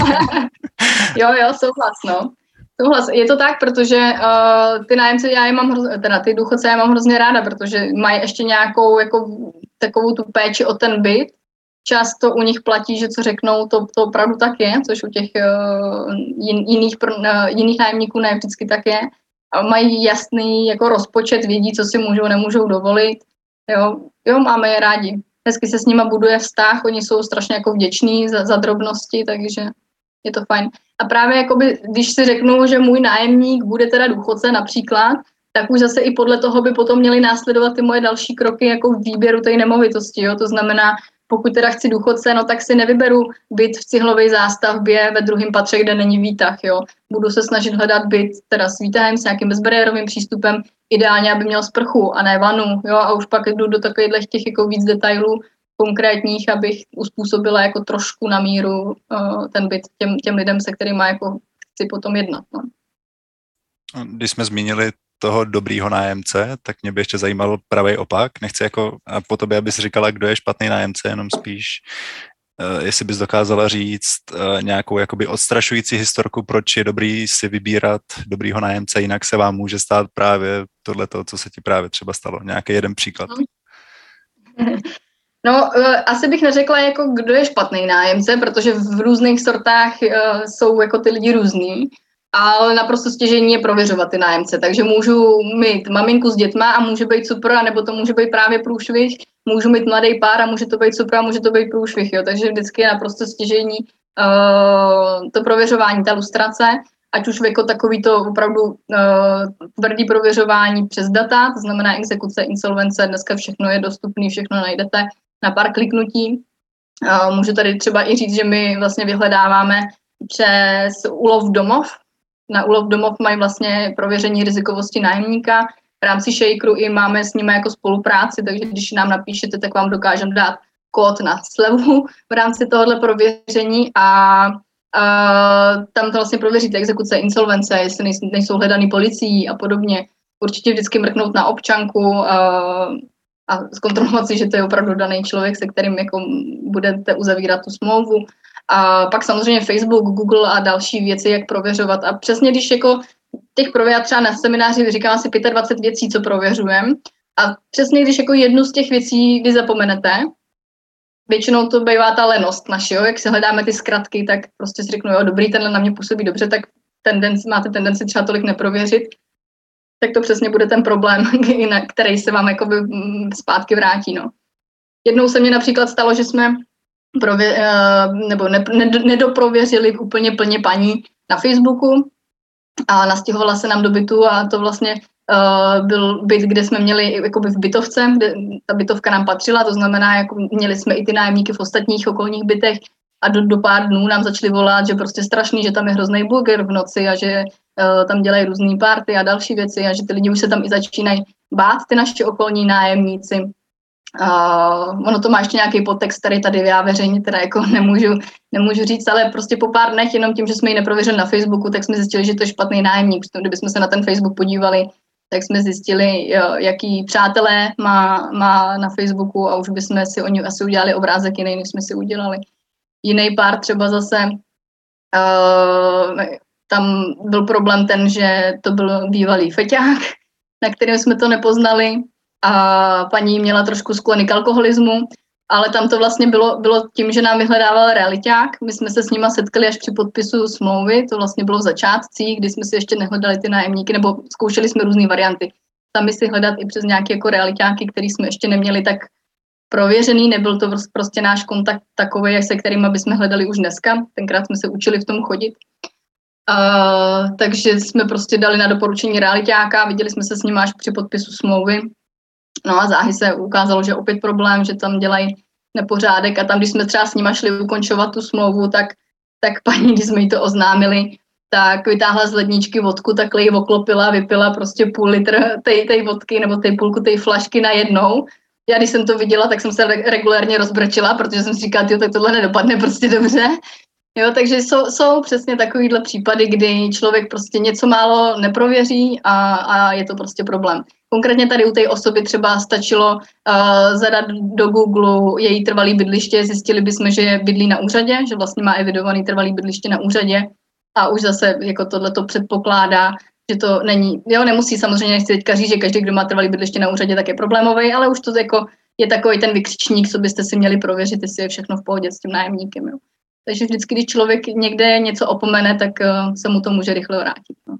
jo, jo, souhlas, no. Souhlas. Je to tak, protože uh, ty nájemce, já je mám hrozně, teda ty důchodce já mám hrozně ráda, protože mají ještě nějakou jako takovou tu péči o ten byt. Často u nich platí, že co řeknou, to, to opravdu tak je, což u těch uh, jin, jiných, uh, jiných nájemníků ne vždycky tak je. A mají jasný jako rozpočet, vědí, co si můžou, nemůžou dovolit. Jo, jo, máme je rádi. Hezky se s nima buduje vztah, oni jsou strašně jako vděční za, za drobnosti, takže je to fajn. A právě jakoby, když si řeknu, že můj nájemník bude teda důchodce například, tak už zase i podle toho by potom měly následovat ty moje další kroky jako v výběru té nemovitosti. Jo? To znamená, pokud teda chci důchodce, no tak si nevyberu byt v cihlové zástavbě ve druhém patře, kde není výtah. Jo? Budu se snažit hledat byt teda s výtahem, s nějakým bezbariérovým přístupem, ideálně, aby měl sprchu a ne vanu. Jo? A už pak jdu do takových těch jako víc detailů konkrétních, abych uspůsobila jako trošku na míru uh, ten byt těm, těm lidem, se kterými jako chci potom jednat. No. Když jsme zmínili toho dobrýho nájemce, tak mě by ještě zajímal pravý opak. Nechci jako po tobě, abys říkala, kdo je špatný nájemce, jenom spíš, uh, jestli bys dokázala říct uh, nějakou jakoby odstrašující historku, proč je dobrý si vybírat dobrýho nájemce, jinak se vám může stát právě tohleto, co se ti právě třeba stalo. Nějaký jeden příklad. No, uh, asi bych neřekla, jako kdo je špatný nájemce, protože v různých sortách uh, jsou jako ty lidi různý. Ale naprosto stěžení je prověřovat ty nájemce, takže můžu mít maminku s dětma a může být super, nebo to může být právě průšvih, můžu mít mladý pár a může to být super a může to být průšvih, jo, takže vždycky je naprosto stěžení uh, to prověřování, ta lustrace, ať už jako takový to opravdu uh, tvrdý prověřování přes data, to znamená exekuce, insolvence, dneska všechno je dostupné, všechno najdete na pár kliknutí. Uh, můžu tady třeba i říct, že my vlastně vyhledáváme přes úlov domov. Na úlov domov mají vlastně prověření rizikovosti nájemníka. V rámci Shakeru i máme s nimi jako spolupráci, takže když nám napíšete, tak vám dokážeme dát kód na slevu v rámci tohohle prověření a, a tam to vlastně prověříte exekuce, insolvence, jestli nejsou hledaný policií a podobně. Určitě vždycky mrknout na občanku a, a zkontrolovat si, že to je opravdu daný člověk, se kterým jako budete uzavírat tu smlouvu. A pak samozřejmě Facebook, Google a další věci, jak prověřovat. A přesně když jako těch prověřovat třeba na semináři říkám asi dvacet pět věcí, co prověřujeme. A přesně když jako jednu z těch věcí vy zapomenete, většinou to bývá ta lenost naše, jo? Jak se hledáme ty zkratky, tak prostě si řeknu, jo, dobrý, tenhle na mě působí dobře, tak tendenci, máte tendenci třeba tolik neprověřit, tak to přesně bude ten problém, který se vám jakoby zpátky vrátí. No. Jednou se mně například stalo, že jsme Prově, nebo ne, ne, nedoprověřili úplně plně paní na Facebooku a nastěhovala se nám do bytu a to vlastně uh, byl byt, kde jsme měli jakoby v bytovce, kde ta bytovka nám patřila, to znamená, jako měli jsme i ty nájemníky v ostatních okolních bytech a do, do pár dnů nám začali volat, že prostě strašný, že tam je hrozný burger v noci a že uh, tam dělají různý party a další věci a že ty lidi už se tam i začínají bát, ty naši okolní nájemníci. Uh, ono to má ještě nějaký podtext, který tady já veřejně teda jako nemůžu, nemůžu říct, ale prostě po pár dnech jenom tím, že jsme ji neprověřili na Facebooku, tak jsme zjistili, že to je špatný nájemník. Kdybychom se na ten Facebook podívali, tak jsme zjistili, jo, jaký přátelé má, má na Facebooku a už bychom si o ní asi udělali obrázek jiný, než jsme si udělali. Jiný pár třeba zase, uh, tam byl problém ten, že to byl bývalý feťák, na kterém jsme to nepoznali. A paní měla trošku sklony k alkoholismu, ale tam to vlastně bylo, bylo tím, že nám vyhledával realiťák. My jsme se s nima setkali až při podpisu smlouvy, to vlastně bylo v začátcích, kdy jsme si ještě nehledali ty nájemníky, nebo zkoušeli jsme různé varianty. Tam si hledat i přes nějaké jako realiťáky, který jsme ještě neměli tak prověřený, nebyl to prostě náš kontakt takový, se kterým bychom hledali už dneska. Tenkrát jsme se učili v tom chodit. Uh, takže jsme prostě dali na doporučení realiťáka, viděli jsme se s ním až při podpisu smlouvy. No a záhy se ukázalo, že opět problém, že tam dělají nepořádek a tam, když jsme třeba s nima šli ukončovat tu smlouvu, tak, tak paní, když jsme jí to oznámili, tak vytáhla z ledničky vodku, takhle ji oklopila, vypila prostě půl litr tej, tej vodky nebo tej půlku tej flašky najednou. Já když jsem to viděla, tak jsem se regulérně rozbrčila, protože jsem si říkala, jo, tak tohle nedopadne prostě dobře. Jo, takže jsou, jsou přesně takovýhle případy, kdy člověk prostě něco málo neprověří a, a je to prostě problém. Konkrétně tady u té osoby třeba stačilo uh, zadat do Google její trvalý bydliště, zjistili bychom, že bydlí na úřadě, že vlastně má evidovaný trvalý bydliště na úřadě a už zase jako tohle to předpokládá, že to není, jo, nemusí samozřejmě, nechci teďka říct, že každý, kdo má trvalý bydliště na úřadě, tak je problémový, ale už to jako je takový ten vykřičník, co byste si měli prověřit, jestli je všechno v pohodě s tím nájemníkem. Jo. Takže vždycky, když člověk někde něco opomene, tak uh, se mu to může rychle vrátit. No.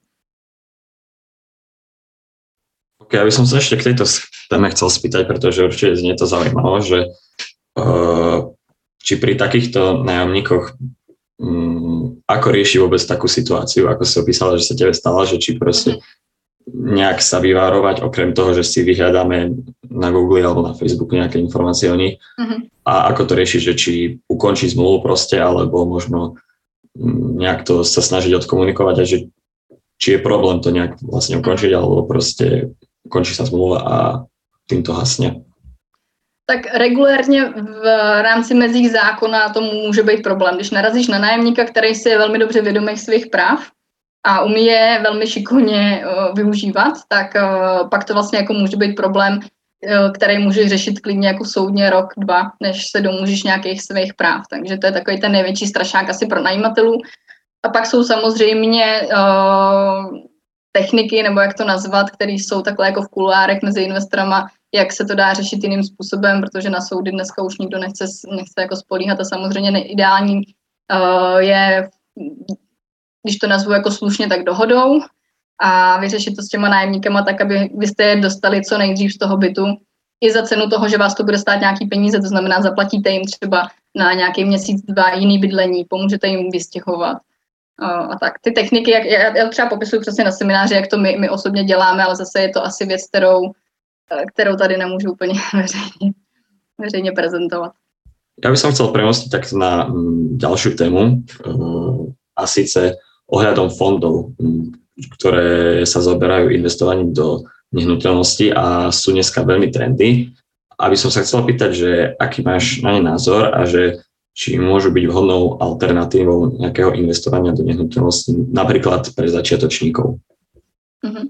Ok, ja by som sa ešte k tejto téme chcel spýtať, pretože určite znie to zaujímavé, že uh, či pri takýchto nájomníkoch um, ako rieši vôbec takú situáciu, ako si opísala, že sa tebe stala, že či proste nejak sa vyvárovať, okrem toho, že si vyhľadáme na Google alebo na Facebooku nejaké informácie o nich uh-huh. a ako to riešiť, že či ukončí zmluvu proste, alebo možno nejak to sa snažiť odkomunikovať a že či je problém to nejak vlastne ukončiť, alebo proste končí sa zmluva a tým to hasne. Tak regulérně v rámci mezích zákona to může být problém. Když narazíš na nájemníka, který si je velmi dobře vědomý svých práv a umí je velmi šikovně uh, využívat, tak uh, pak to vlastně jako může být problém, uh, který můžeš řešit klidně jako soudně rok, dva, než se domůžeš nějakých svých práv. Takže to je takový ten největší strašák asi pro najímatelů. A pak jsou samozřejmě uh, techniky, nebo jak to nazvat, které jsou takhle jako v kuloárech mezi investorama, jak se to dá řešit jiným způsobem, protože na soudy dneska už nikdo nechce, nechce jako spolíhat a samozřejmě neideální uh, je, když to nazvu jako slušně, tak dohodou a vyřešit to s těma nájemníkama tak, aby byste je dostali co nejdřív z toho bytu i za cenu toho, že vás to bude stát nějaký peníze, to znamená zaplatíte jim třeba na nějaký měsíc, dva jiný bydlení, pomůžete jim vystěhovat. A tak ty techniky, jak, já, já třeba popisuju přesně na semináři, jak to my, my osobně děláme, ale zase je to asi věc, kterou, kterou tady nemůžu úplně veřejně, veřejně prezentovat. Ja by som chcel premostiť takto na m, ďalšiu tému a síce ohľadom fondov, m, ktoré sa zaoberajú investovaním do nehnuteľností a sú dneska veľmi trendy. Aby som sa chcel pýtať, že aký máš na ne názor a že či môžu byť vhodnou alternatívou nejakého investovania do nehnuteľností, napríklad pre začiatočníkov. Mm-hmm.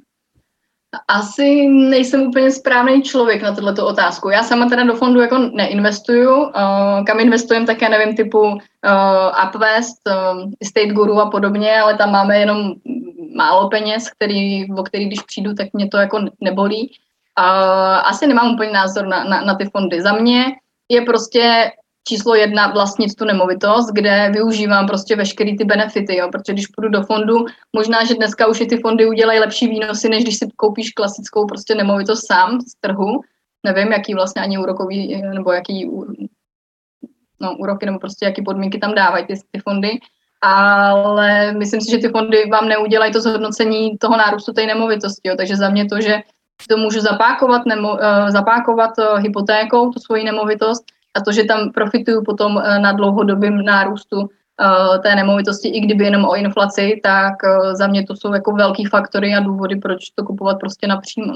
Asi nejsem úplně správný člověk na tuto otázku. Já sama teda do fondu jako neinvestuju. Uh, kam investujem, tak já nevím, typu uh, Upvest, uh, Estate Guru a podobně, ale tam máme jenom málo peněz, který, o který když přijdu, tak mě to jako nebolí. Uh, asi nemám úplně názor na, na, na ty fondy. Za mě je prostě číslo jedna vlastnit tu nemovitost, kde využívám prostě veškerý ty benefity, jo, protože když půjdu do fondu, možná, že dneska už i ty fondy udělají lepší výnosy, než když si koupíš klasickou prostě nemovitost sám z trhu. Nevím, jaký vlastně ani úrokový, nebo jaký no, úroky, nebo prostě jaký podmínky tam dávají ty, ty fondy, ale myslím si, že ty fondy vám neudělají to zhodnocení toho nárůstu té nemovitosti, jo, takže za mě to, že to můžu zapákovat, nemo, zapákovat hypotékou, tu svoji nemovitost, a to, že tam profituju potom na dlouhodobém nárůstu uh, té nemovitosti, i kdyby jenom o inflaci, tak uh, za mě to jsou jako velký faktory a důvody, proč to kupovat prostě napřímo.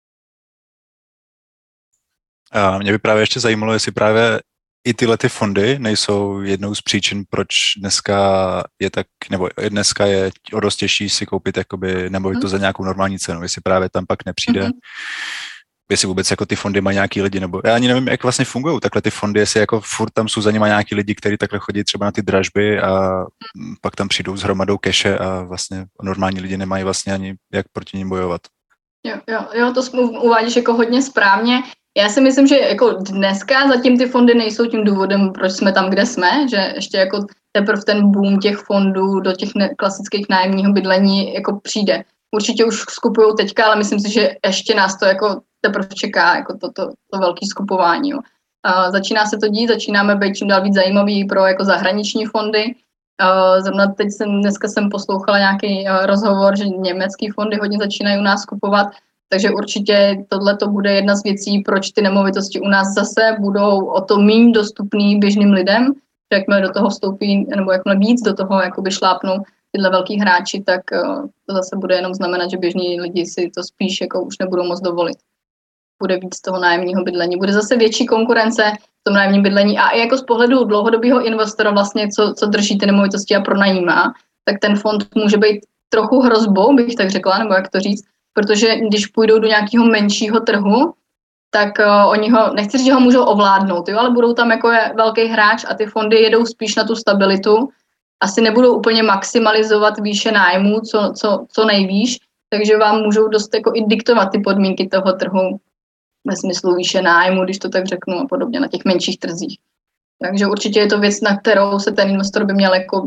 A mě by právě ještě zajímalo, jestli právě i tyhle ty fondy nejsou jednou z příčin, proč dneska je tak, nebo dneska je o dost těžší si koupit jakoby nemovitost mm. za nějakou normální cenu, jestli právě tam pak nepřijde. Mm-hmm. Jestli vůbec jako ty fondy mají nějaký lidi, nebo já ani nevím, jak vlastně fungují takhle ty fondy, jestli jako furt tam jsou za nimi nějaký lidi, kteří takhle chodí třeba na ty dražby a pak tam přijdou s hromadou keše a vlastně normální lidi nemají vlastně ani jak proti ním bojovat. Jo, jo, jo, to uvádíš jako hodně správně. Já si myslím, že jako dneska zatím ty fondy nejsou tím důvodem, proč jsme tam, kde jsme, že ještě jako teprve ten boom těch fondů do těch ne- klasických nájemního bydlení jako přijde. Určitě už skupujou teďka, ale myslím si, že ještě nás to jako teprve čeká, jako to, to, to velké skupování. Jo. A začíná se to dít, začínáme být čím dál víc zajímavý pro jako zahraniční fondy. A zrovna teď jsem, dneska jsem poslouchala nějaký rozhovor, že německý fondy hodně začínají u nás kupovat, takže určitě tohle to bude jedna z věcí, proč ty nemovitosti u nás zase budou o to méně dostupný běžným lidem, že jakmile do toho vstoupí, nebo jakmile víc do toho jakoby šlápnou tyhle velký hráči, tak to zase bude jenom znamenat, že běžní lidi si to spíš jako už nebudou moc dovolit. Bude víc toho nájemního bydlení. Bude zase větší konkurence v tom nájemním bydlení a i jako z pohledu dlouhodobého investora vlastně, co, co drží ty nemovitosti a pronajímá, tak ten fond může být trochu hrozbou, bych tak řekla, nebo jak to říct, protože když půjdou do nějakého menšího trhu, tak uh, oni ho, nechci říct, že ho můžou ovládnout, jo, ale budou tam jako je velký hráč a ty fondy jedou spíš na tu stabilitu, asi nebudou úplně maximalizovat výše nájmu, co, co, co nejvýš, takže vám můžou dost jako i diktovat ty podmínky toho trhu ve smyslu výše nájmu, když to tak řeknu a podobně na těch menších trzích. Takže určitě je to věc, na kterou se ten investor by měl jako,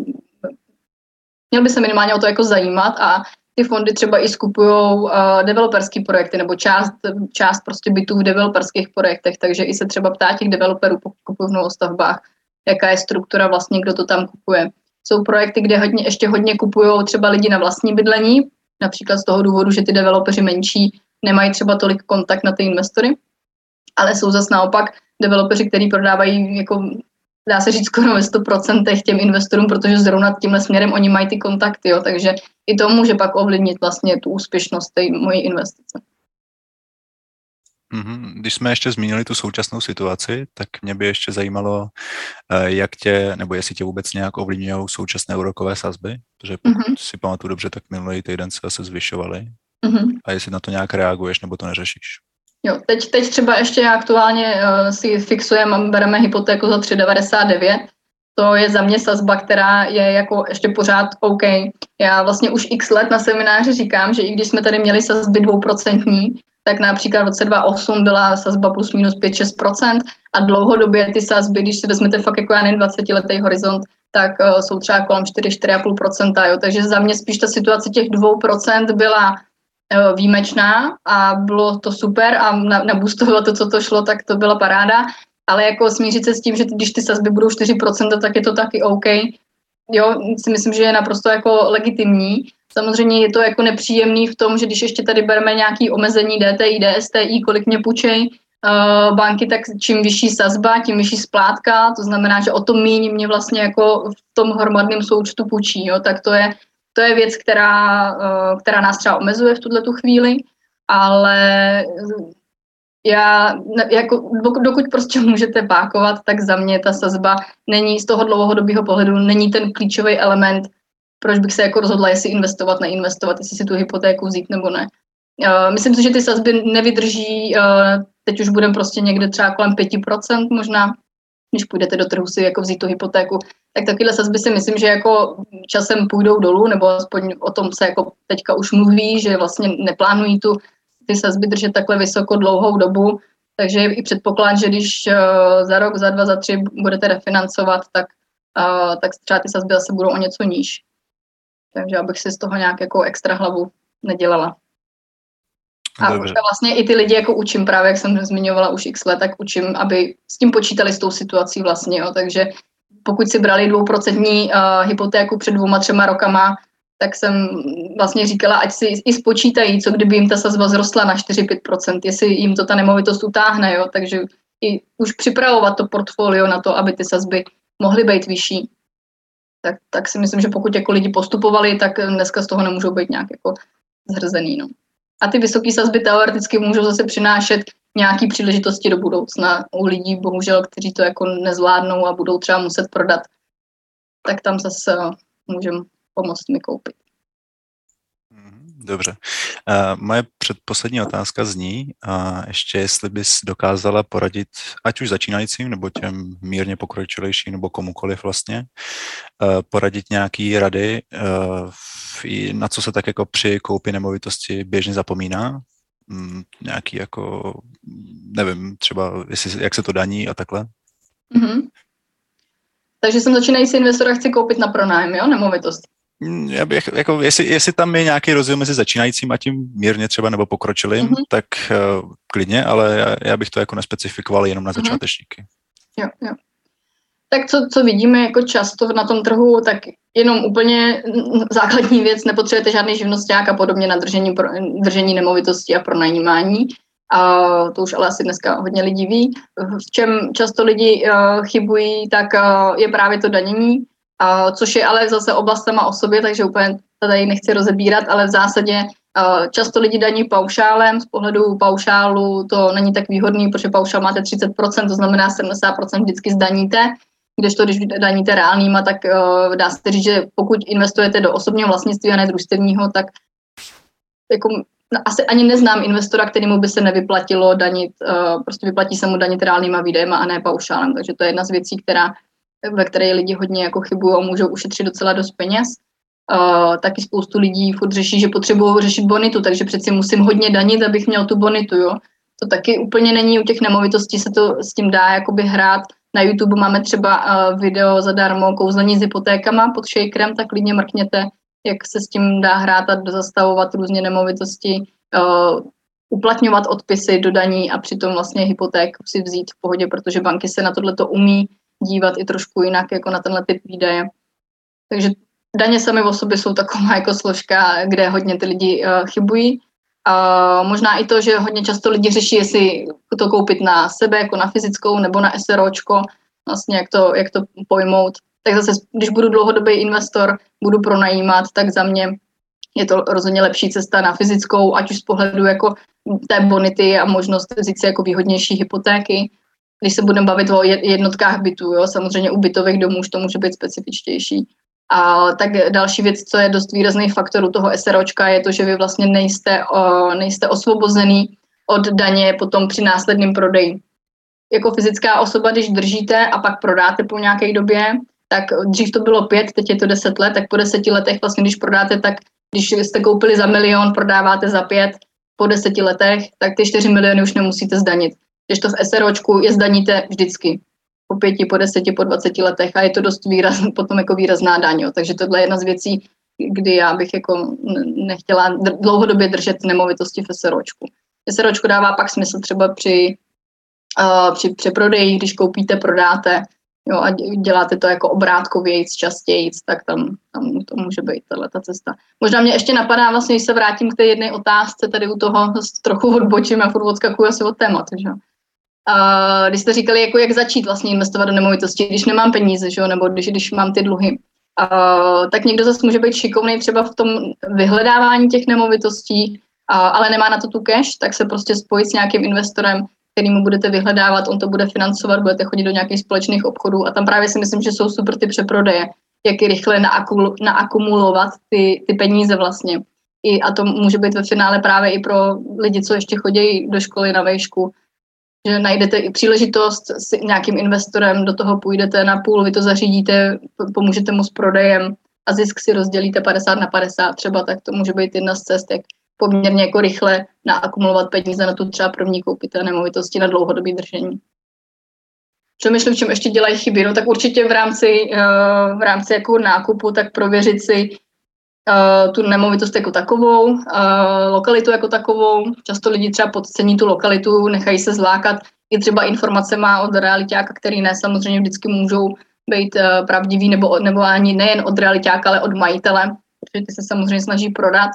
měl by se minimálně o to jako zajímat a ty fondy třeba i skupujou uh, developerský projekty nebo část, část prostě bytů v developerských projektech, takže i se třeba ptá těch developerů, pokud kupují v novostavbách, jaká je struktura vlastně, kdo to tam kupuje. Jsou projekty, kde hodně, ještě hodně kupují třeba lidi na vlastní bydlení, například z toho důvodu, že ty developeři menší nemají třeba tolik kontakt na ty investory, ale jsou zase naopak developeři, kteří prodávají, jako, dá se říct, skoro ve sto procent těm investorům, protože zrovna tímhle směrem oni mají ty kontakty, jo, takže i to může pak ovlivnit vlastně tu úspěšnost té mojí investice. Mm-hmm. Když jsme ještě zmínili tu současnou situaci, tak mě by ještě zajímalo, jak tě, nebo jestli tě vůbec nějak ovlivňují současné úrokové sazby, protože pokud mm-hmm. si pamatuju dobře, tak minulý týden se zase zvyšovaly. Mm-hmm. A jestli na to nějak reaguješ, nebo to neřešíš? Jo, teď, teď třeba ještě aktuálně uh, si fixujeme a bereme hypotéku za tři celá devadesát devět. To je za mě sazba, která je jako ještě pořád OK. Já vlastně už x let na semináři říkám, že i když jsme tady měli sazby dvouprocentní, tak například v roce dva tisíce osm byla sazba plus minus pět až šest procent a dlouhodobě ty sazby, když si vezmete fakt jako já nevím dvacetiletý horizont, tak uh, jsou třeba kolem čtyři až čtyři celá pět procenta. Jo. Takže za mě spíš ta situace těch dvou procent byla uh, výjimečná a bylo to super a nabůstovat to, co to šlo, tak to byla paráda. Ale jako smířit se s tím, že když ty sazby budou čtyři procenta, tak je to taky OK. Jo, si myslím, že je naprosto jako legitimní. Samozřejmě je to jako nepříjemný v tom, že když ještě tady bereme nějaké omezení D T I, D S T I, kolik mě půjčej uh, banky, tak čím vyšší sazba, tím vyšší splátka, to znamená, že o to míň mě vlastně jako v tom hromadném součtu půjčí. Jo, tak to je, to je věc, která, uh, která nás třeba omezuje v tuhletu chvíli, ale já, jako, dokud prostě můžete pákovat, tak za mě ta sazba není z toho dlouhodobého pohledu, není ten klíčový element, proč bych se jako rozhodla, jestli investovat, neinvestovat, jestli si tu hypotéku vzít nebo ne. Uh, myslím si, že ty sazby nevydrží, uh, teď už budeme prostě někde třeba kolem pět procent možná, když půjdete do trhu si jako vzít tu hypotéku, tak takovéhle sazby si myslím, že jako časem půjdou dolů, nebo aspoň o tom se jako teďka už mluví, že vlastně neplánují tu ty sazby držet takhle vysoko dlouhou dobu, takže je i předpoklad, že když uh, za rok, za dva, za tři budete refinancovat, tak, uh, tak třeba ty sazby zase budou o něco níž. Takže abych si z toho nějak jako extra hlavu nedělala. A Dobře. Vlastně i ty lidi jako učím právě, jak jsem zmiňovala už x let, tak učím, aby s tím počítali s tou situací vlastně, jo. Takže pokud si brali dvouprocentní uh, hypotéku před dvouma, třema rokama, tak jsem vlastně říkala, ať si i spočítají, co kdyby jim ta sazba zrostla na čtyři až pět procent, jestli jim to ta nemovitost utáhne, jo, takže i už připravovat to portfolio na to, aby ty sazby mohly být vyšší. Tak, tak si myslím, že pokud jako lidi postupovali, tak dneska z toho nemůžou být nějak jako zhrzený, no. A ty vysoké sazby teoreticky můžou zase přinášet nějaké příležitosti do budoucna u lidí, bohužel, kteří to jako nezvládnou a budou třeba muset prodat, tak tam zase můžeme pomoct mi koupit. Dobře. Uh, moje předposlední otázka zní, uh, ještě jestli bys dokázala poradit, ať už začínajícím, nebo těm mírně pokročilejším, nebo komukoliv vlastně, uh, poradit nějaký rady, uh, na co se tak jako při koupi nemovitosti běžně zapomíná, um, nějaký jako, nevím, třeba jestli, jak se to daní a takhle. Mm-hmm. Takže jsem začínající investor a chci koupit na pronájem, jo, nemovitost. Já bych, jako, jestli, jestli tam je nějaký rozdíl mezi začínajícím a tím mírně třeba nebo pokročilým, mm-hmm. tak uh, klidně, ale já, já bych to jako nespecifikoval jenom na mm-hmm. začátečníky. Jo, jo. Tak co, co vidíme jako často na tom trhu, tak jenom úplně základní věc, nepotřebujete žádný živnosťák a podobně na držení, pro, držení nemovitosti a pronajímání. A to už ale asi dneska hodně lidí ví. V čem často lidi uh, chybují, tak uh, je právě to danění. Uh, což je ale zase oblast sama o sobě, takže úplně tady nechci rozebírat, ale v zásadě uh, často lidi daní paušálem, z pohledu paušálu to není tak výhodný, protože paušál máte třicet procent, to znamená sedmdesát procent vždycky zdaníte, kdežto když daníte reálnýma, tak uh, dá se říct, že pokud investujete do osobního vlastnictví a ne družstevního, tak jako, no, asi ani neznám investora, kterému by se nevyplatilo danit, uh, prostě vyplatí se mu danit reálnýma výdejema a ne paušálem, takže to je jedna z věcí, která ve které lidi hodně jako chybují a můžou ušetřit docela dost peněz. Uh, taky spoustu lidí furt řeší, že potřebují řešit bonitu, takže přeci musím hodně danit, abych měl tu bonitu, jo. To taky úplně není, u těch nemovitostí se to s tím dá jakoby hrát. Na YouTube máme třeba uh, video zadarmo kouzlení s hypotékama pod shakerem, tak klidně mrkněte, jak se s tím dá hrát a zastavovat různě nemovitosti, uh, uplatňovat odpisy do daní a přitom vlastně hypotéku si vzít v pohodě, protože banky se na tohleto umí dívat i trošku jinak jako na tenhle typ výdaje. Takže daně samy o sobě jsou taková jako složka, kde hodně ty lidi uh, chybují. Uh, možná i to, že hodně často lidi řeší, jestli to koupit na sebe, jako na fyzickou, nebo na SROčko, vlastně jak to, jak to pojmout. Tak zase, když budu dlouhodobý investor, budu pronajímat, tak za mě je to rozhodně lepší cesta na fyzickou, ať už z pohledu jako té bonity a možnost vzít si jako výhodnější hypotéky. Když se budeme bavit o jednotkách bytů, jo, samozřejmě u bytových domů už to může být specifičtější. A tak další věc, co je dost výrazný faktor u toho SROčka, je to, že vy vlastně nejste, o, nejste osvobozený od daně potom při následném prodeji. Jako fyzická osoba, když držíte a pak prodáte po nějaké době, tak dřív to bylo pět, teď je to deset let, tak po deseti letech vlastně, když prodáte, tak když jste koupili za milion, prodáváte za pět, po deseti letech, tak ty čtyři miliony už nemusíte zdanit. Když to v SROčku je zdaníte vždycky. Po pěti, po deseti, po dvaceti letech a je to dost výrazný, potom jako výrazná daň. Jo. Takže tohle je jedna z věcí, kdy já bych jako nechtěla dlouhodobě držet nemovitosti v SROčku. SROčku dává pak smysl třeba při, uh, při přeprodeji, když koupíte, prodáte, jo, a děláte to jako obrátkovějc, častějc, tak tam, tam to může být ta cesta. Možná mě ještě napadá, vlastně, když se vrátím k té jedné otázce, tady u toho trochu odbočím a furt odskakuju asi od témat, že? Uh, když jste říkali, jako jak začít vlastně investovat do nemovitosti, když nemám peníze, že? Nebo když, když mám ty dluhy, uh, tak někdo zase může být šikovný třeba v tom vyhledávání těch nemovitostí, uh, ale nemá na to tu cash, tak se prostě spojit s nějakým investorem, kterýmu budete vyhledávat, on to bude financovat, budete chodit do nějakých společných obchodů a tam právě si myslím, že jsou super ty přeprodeje, jak je rychle naakul, naakumulovat ty, ty peníze vlastně. I, a to může být ve finále právě i pro lidi, co ještě chodí do školy na vejšku, že najdete i příležitost s nějakým investorem, do toho půjdete na půl, vy to zařídíte, pomůžete mu s prodejem a zisk si rozdělíte padesát na padesát třeba, tak to může být jedna z cest, jak poměrně jako rychle naakumulovat peníze na tu třeba první koupit té nemovitosti na dlouhodobé držení. Přemýšlím, v čem ještě dělají chyby, no tak určitě v rámci, v rámci jako nákupu, tak prověřit si tu nemovitost jako takovou, lokalitu jako takovou. Často lidi třeba podcení tu lokalitu, nechají se zlákat i třeba informacema od realitáka, který ne samozřejmě vždycky můžou být pravdivý, nebo, nebo ani nejen od realitáka, ale od majitele, protože ty se samozřejmě snaží prodat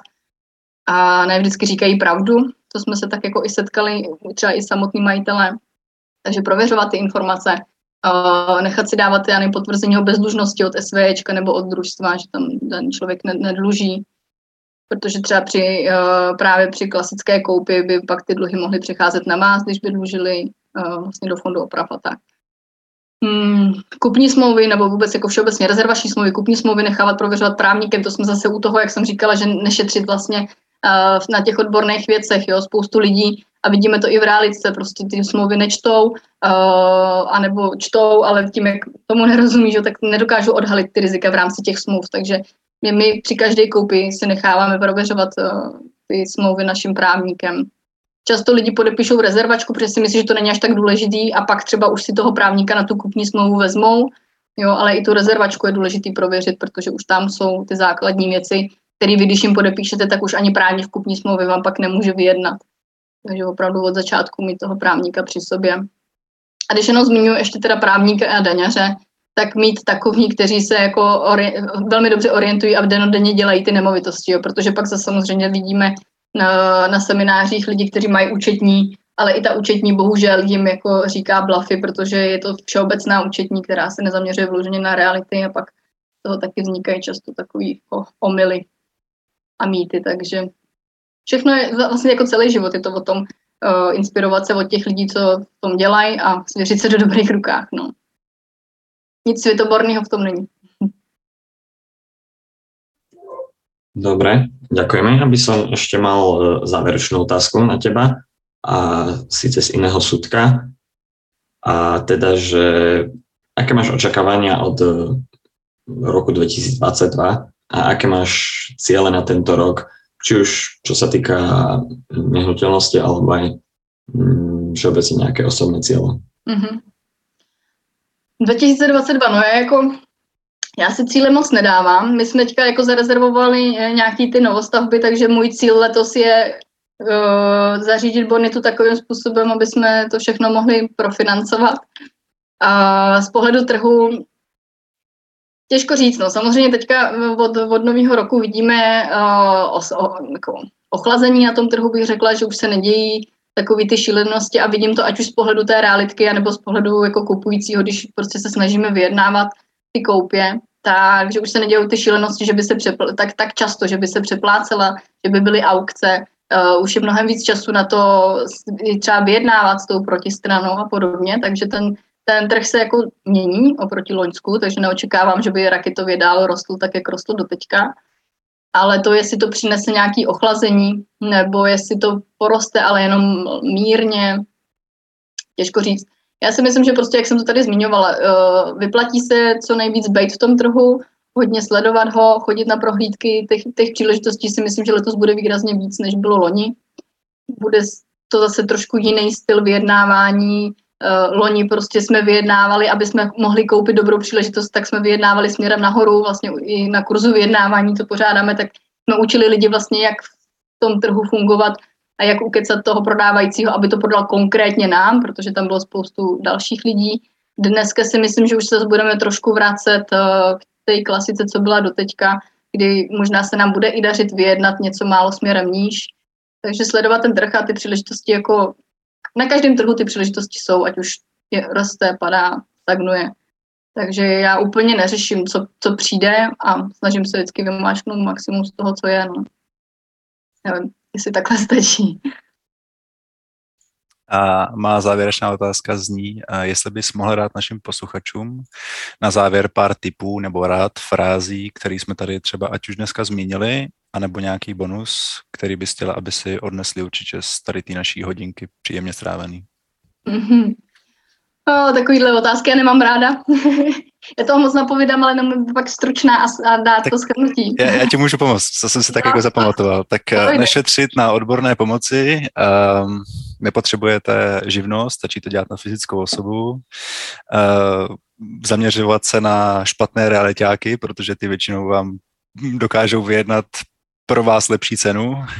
a ne vždycky říkají pravdu. To jsme se tak jako i setkali, třeba i samotný majitelé. Takže prověřovat ty informace, uh, nechat si dávat já nevím, potvrzení o bezdlužnosti od SVČka nebo od družstva, že tam ten člověk nedluží, protože třeba při, uh, právě při klasické koupi by pak ty dluhy mohly přecházet na vás, když by dlužili uh, vlastně do fondu oprav a tak. Hmm, kupní smlouvy nebo vůbec jako všeobecně rezervační smlouvy, kupní smlouvy nechávat prověřovat právníkem, to jsme zase u toho, jak jsem říkala, že nešetřit vlastně uh, na těch odborných věcech, jo, spoustu lidí a vidíme to i v realitce, prostě ty smlouvy nečtou, uh, anebo čtou, ale tím, jak tomu nerozumí, že, tak nedokážou odhalit ty rizika v rámci těch smluv, takže my, my při každé koupi si necháváme prověřovat uh, ty smlouvy naším právníkem. Často lidi podepíšou rezervačku, protože si myslí, že to není až tak důležitý a pak třeba už si toho právníka na tu kupní smlouvu vezmou, jo, ale i tu rezervačku je důležitý prověřit, protože už tam jsou ty základní věci, které vy, když jim podepíšete, tak už ani právník v kupní smlouvě vám pak nemůže vyjednat. Takže opravdu od začátku mít toho právníka při sobě. A když jenom zmiňuji ještě teda právníka a daňaře, tak mít takový, kteří se jako ori- velmi dobře orientují a dennodenně dělají ty nemovitosti, jo, protože pak se samozřejmě vidíme na, na seminářích lidi, kteří mají účetní, ale i ta účetní bohužel jim jako říká blafy, protože je to všeobecná účetní, která se nezaměřuje vloženě na reality a pak toho taky vznikají často takový jako omyly a mýty, takže všechno je vlastně jako celý život, je to o tom uh, inspirovat se od těch lidí, co v tom dělají a svěřit se do dobrých rukách, no. Nic světoborného v tom není. Dobre, ďakujeme. Aby som ešte mal záverečnú otázku na teba, a síce z iného súdka. A teda, že aké máš očakávania od roku dvetisícdvadsaťdva a aké máš ciele na tento rok, či už čo sa týka nehnuteľnosti, alebo aj všeobecne nejaké osobné cíle. Mm-hmm. dva tisíce dvacet dva, no je jako, já si cíle moc nedávám. My jsme teďka jako zarezervovali nějaký ty novostavby, takže můj cíl letos je uh, zařídit bonitu takovým způsobem, aby jsme to všechno mohli profinancovat. A z pohledu trhu těžko říct, no samozřejmě teďka od, od nového roku vidíme uh, os, o, jako ochlazení na tom trhu, bych řekla, že už se nedějí takový ty šílenosti a vidím to ať už z pohledu té realitky, anebo z pohledu jako kupujícího, když prostě se snažíme vyjednávat ty koupě. takže už se nedějou ty šílenosti, že by se přepl- tak, tak často, že by se přeplácela, že by byly aukce. Uh, už je mnohem víc času na to třeba vyjednávat s tou protistranou a podobně, takže ten, ten trh se jako mění oproti loňsku, takže neočekávám, že by raketově dál rostl tak, jak rostl doteďka. Ale to, jestli to přinese nějaké ochlazení, nebo jestli to poroste, ale jenom mírně, těžko říct. Já si myslím, že prostě, jak jsem to tady zmiňovala, vyplatí se co nejvíc být v tom trhu, hodně sledovat ho, chodit na prohlídky, těch, těch příležitostí si myslím, že letos bude výrazně víc, než bylo loni. Bude to zase trošku jiný styl vyjednávání. Loni prostě jsme vyjednávali, aby jsme mohli koupit dobrou příležitost, tak jsme vyjednávali směrem nahoru, vlastně i na kurzu vyjednávání to pořádáme, tak jsme učili lidi vlastně, jak v tom trhu fungovat a jak ukecat toho prodávajícího, aby to prodal konkrétně nám, protože tam bylo spoustu dalších lidí. Dneska si myslím, že už se budeme trošku vracet k té klasice, co byla doteďka, kdy možná se nám bude i dařit vyjednat něco málo směrem níž. Takže sledovat ten trh a ty příležitosti jako na každém trhu ty příležitosti jsou, ať už je roste, padá, stagnuje. Takže já úplně neřeším, co, co přijde a snažím se vždycky vymáčknout maximum z toho, co je. No. Nevím, jestli takhle stačí. A má závěrečná otázka zní, jestli bys mohla dát našim posluchačům na závěr pár tipů nebo rád frází, které jsme tady třeba ať už dneska zmínili, anebo nějaký bonus, který bys chtěla, aby si odnesli určitě z tady té naší hodinky příjemně strávený. Mm-hmm. O, takovýhle otázky já nemám ráda. Já toho moc napovídám, ale nemůžu pak stručná a, a dát tak to shrnutí. Já, já ti můžu pomoct, co jsem si tak no, jako zapamatoval. Tak no, nešetřit na odborné pomoci, um, nepotřebujete živnost, stačí to dělat na fyzickou osobu, uh, zaměřovat se na špatné realitáky, protože ty většinou vám dokážou vyjednat pro vás lepší cenu, uh,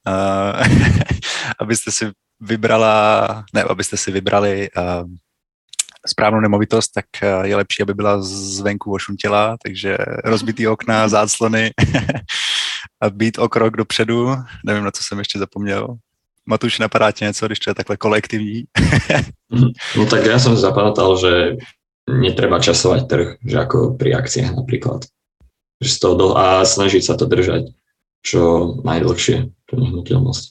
abyste si vybrala, ne, abyste si vybrali uh, správnou nemovitost, tak je lepší, aby byla zvenku ošuntělá, takže rozbitý okna, záclony a být o krok dopředu. Nevím, na co jsem ještě zapomněl. Matuš, napadá ti něco, když to je takhle kolektivní? No tak ja som zapamätal, že netreba časovať trh, že ako pri akciách napríklad. Že z toho do... A snažiť sa to držať čo najdlhšie, tú nehnuteľnosť.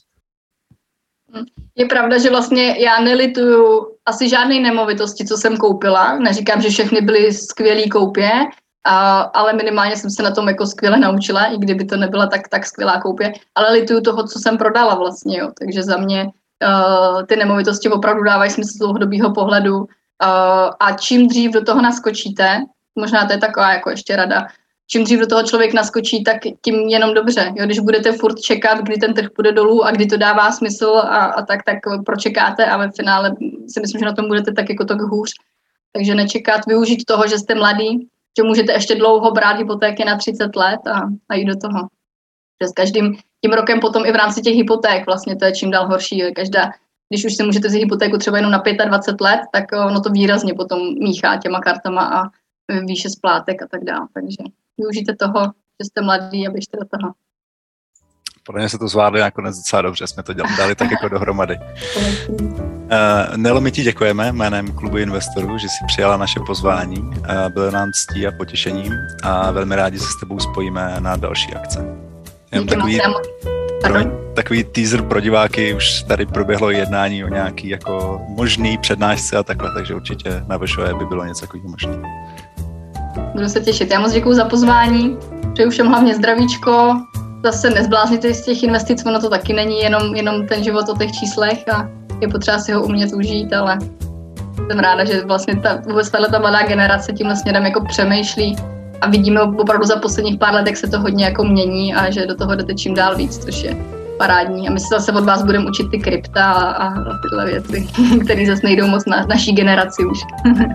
Je pravda, že vlastně já nelituju asi žádnej nemovitosti, co jsem koupila. Neříkám, že všechny byly skvělý koupě, a, ale minimálně jsem se na tom jako skvěle naučila, i kdyby to nebyla tak, tak skvělá koupě. Ale lituju toho, co jsem prodala vlastně, jo. Takže za mě uh, ty nemovitosti opravdu dávají smysl z dlouhodobého pohledu. Uh, a čím dřív do toho naskočíte, možná to je taková jako ještě rada, čím dřív do toho člověk naskočí, tak tím jenom dobře. Jo, když budete furt čekat, kdy ten trh půjde dolů a kdy to dává smysl a, a tak, tak pročekáte a ve finále si myslím, že na tom budete tak jako tak hůř. Takže nečekat, využít toho, že jste mladý, že můžete ještě dlouho brát hypotéky na třicet let a, a jít do toho. Že s každým tím rokem potom i v rámci těch hypoték vlastně to je čím dál horší. Každá, když už si můžete vzít hypotéku třeba jenom na dvacet pět let, tak ono to výrazně potom míchá těma kartama a výše splátek a tak dále. Takže využijte toho, že jste mladí a běžte do toho. Podle mě se to zvládli nakonec docela dobře, jsme to dali tak jako dohromady. Uh, Nelo, my ti děkujeme jménem Klubu investorů, že jsi přijala naše pozvání. Uh, bylo nám ctí a potěšením a velmi rádi se s tebou spojíme na další akce. Jen takový, promiň, takový teaser pro diváky, už tady proběhlo jednání o nějaký jako možný přednášce a takhle, takže určitě na Vešové by bylo něco takového možné. Budu se těšit. Já moc děkuju za pozvání. Přeju všem hlavně zdravíčko. Zase nezblázněte z těch investic, ono to taky není jenom, jenom ten život o těch číslech a je potřeba si ho umět užít, ale jsem ráda, že vlastně ta, vůbec ta mladá generace tímhle směrem jako přemýšlí a vidíme opravdu za posledních pár let, jak se to hodně jako mění a že do toho jdete čím dál víc, což je parádní. A my se zase od vás budeme učit ty krypta a, a tyhle věci, které zase nejdou moc na naší generaci už.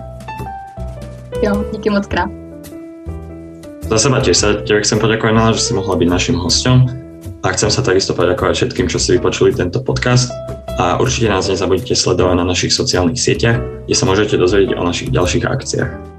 Jo, díky moc krát. Za seba tiež sa tebe chcem poďakovať, Nela, že si mohla byť našim hosťom a chcem sa takisto poďakovať všetkým, čo si vypočuli tento podcast a určite nás nezabudnite sledovať na našich sociálnych sieťach, kde sa môžete dozvedieť o našich ďalších akciách.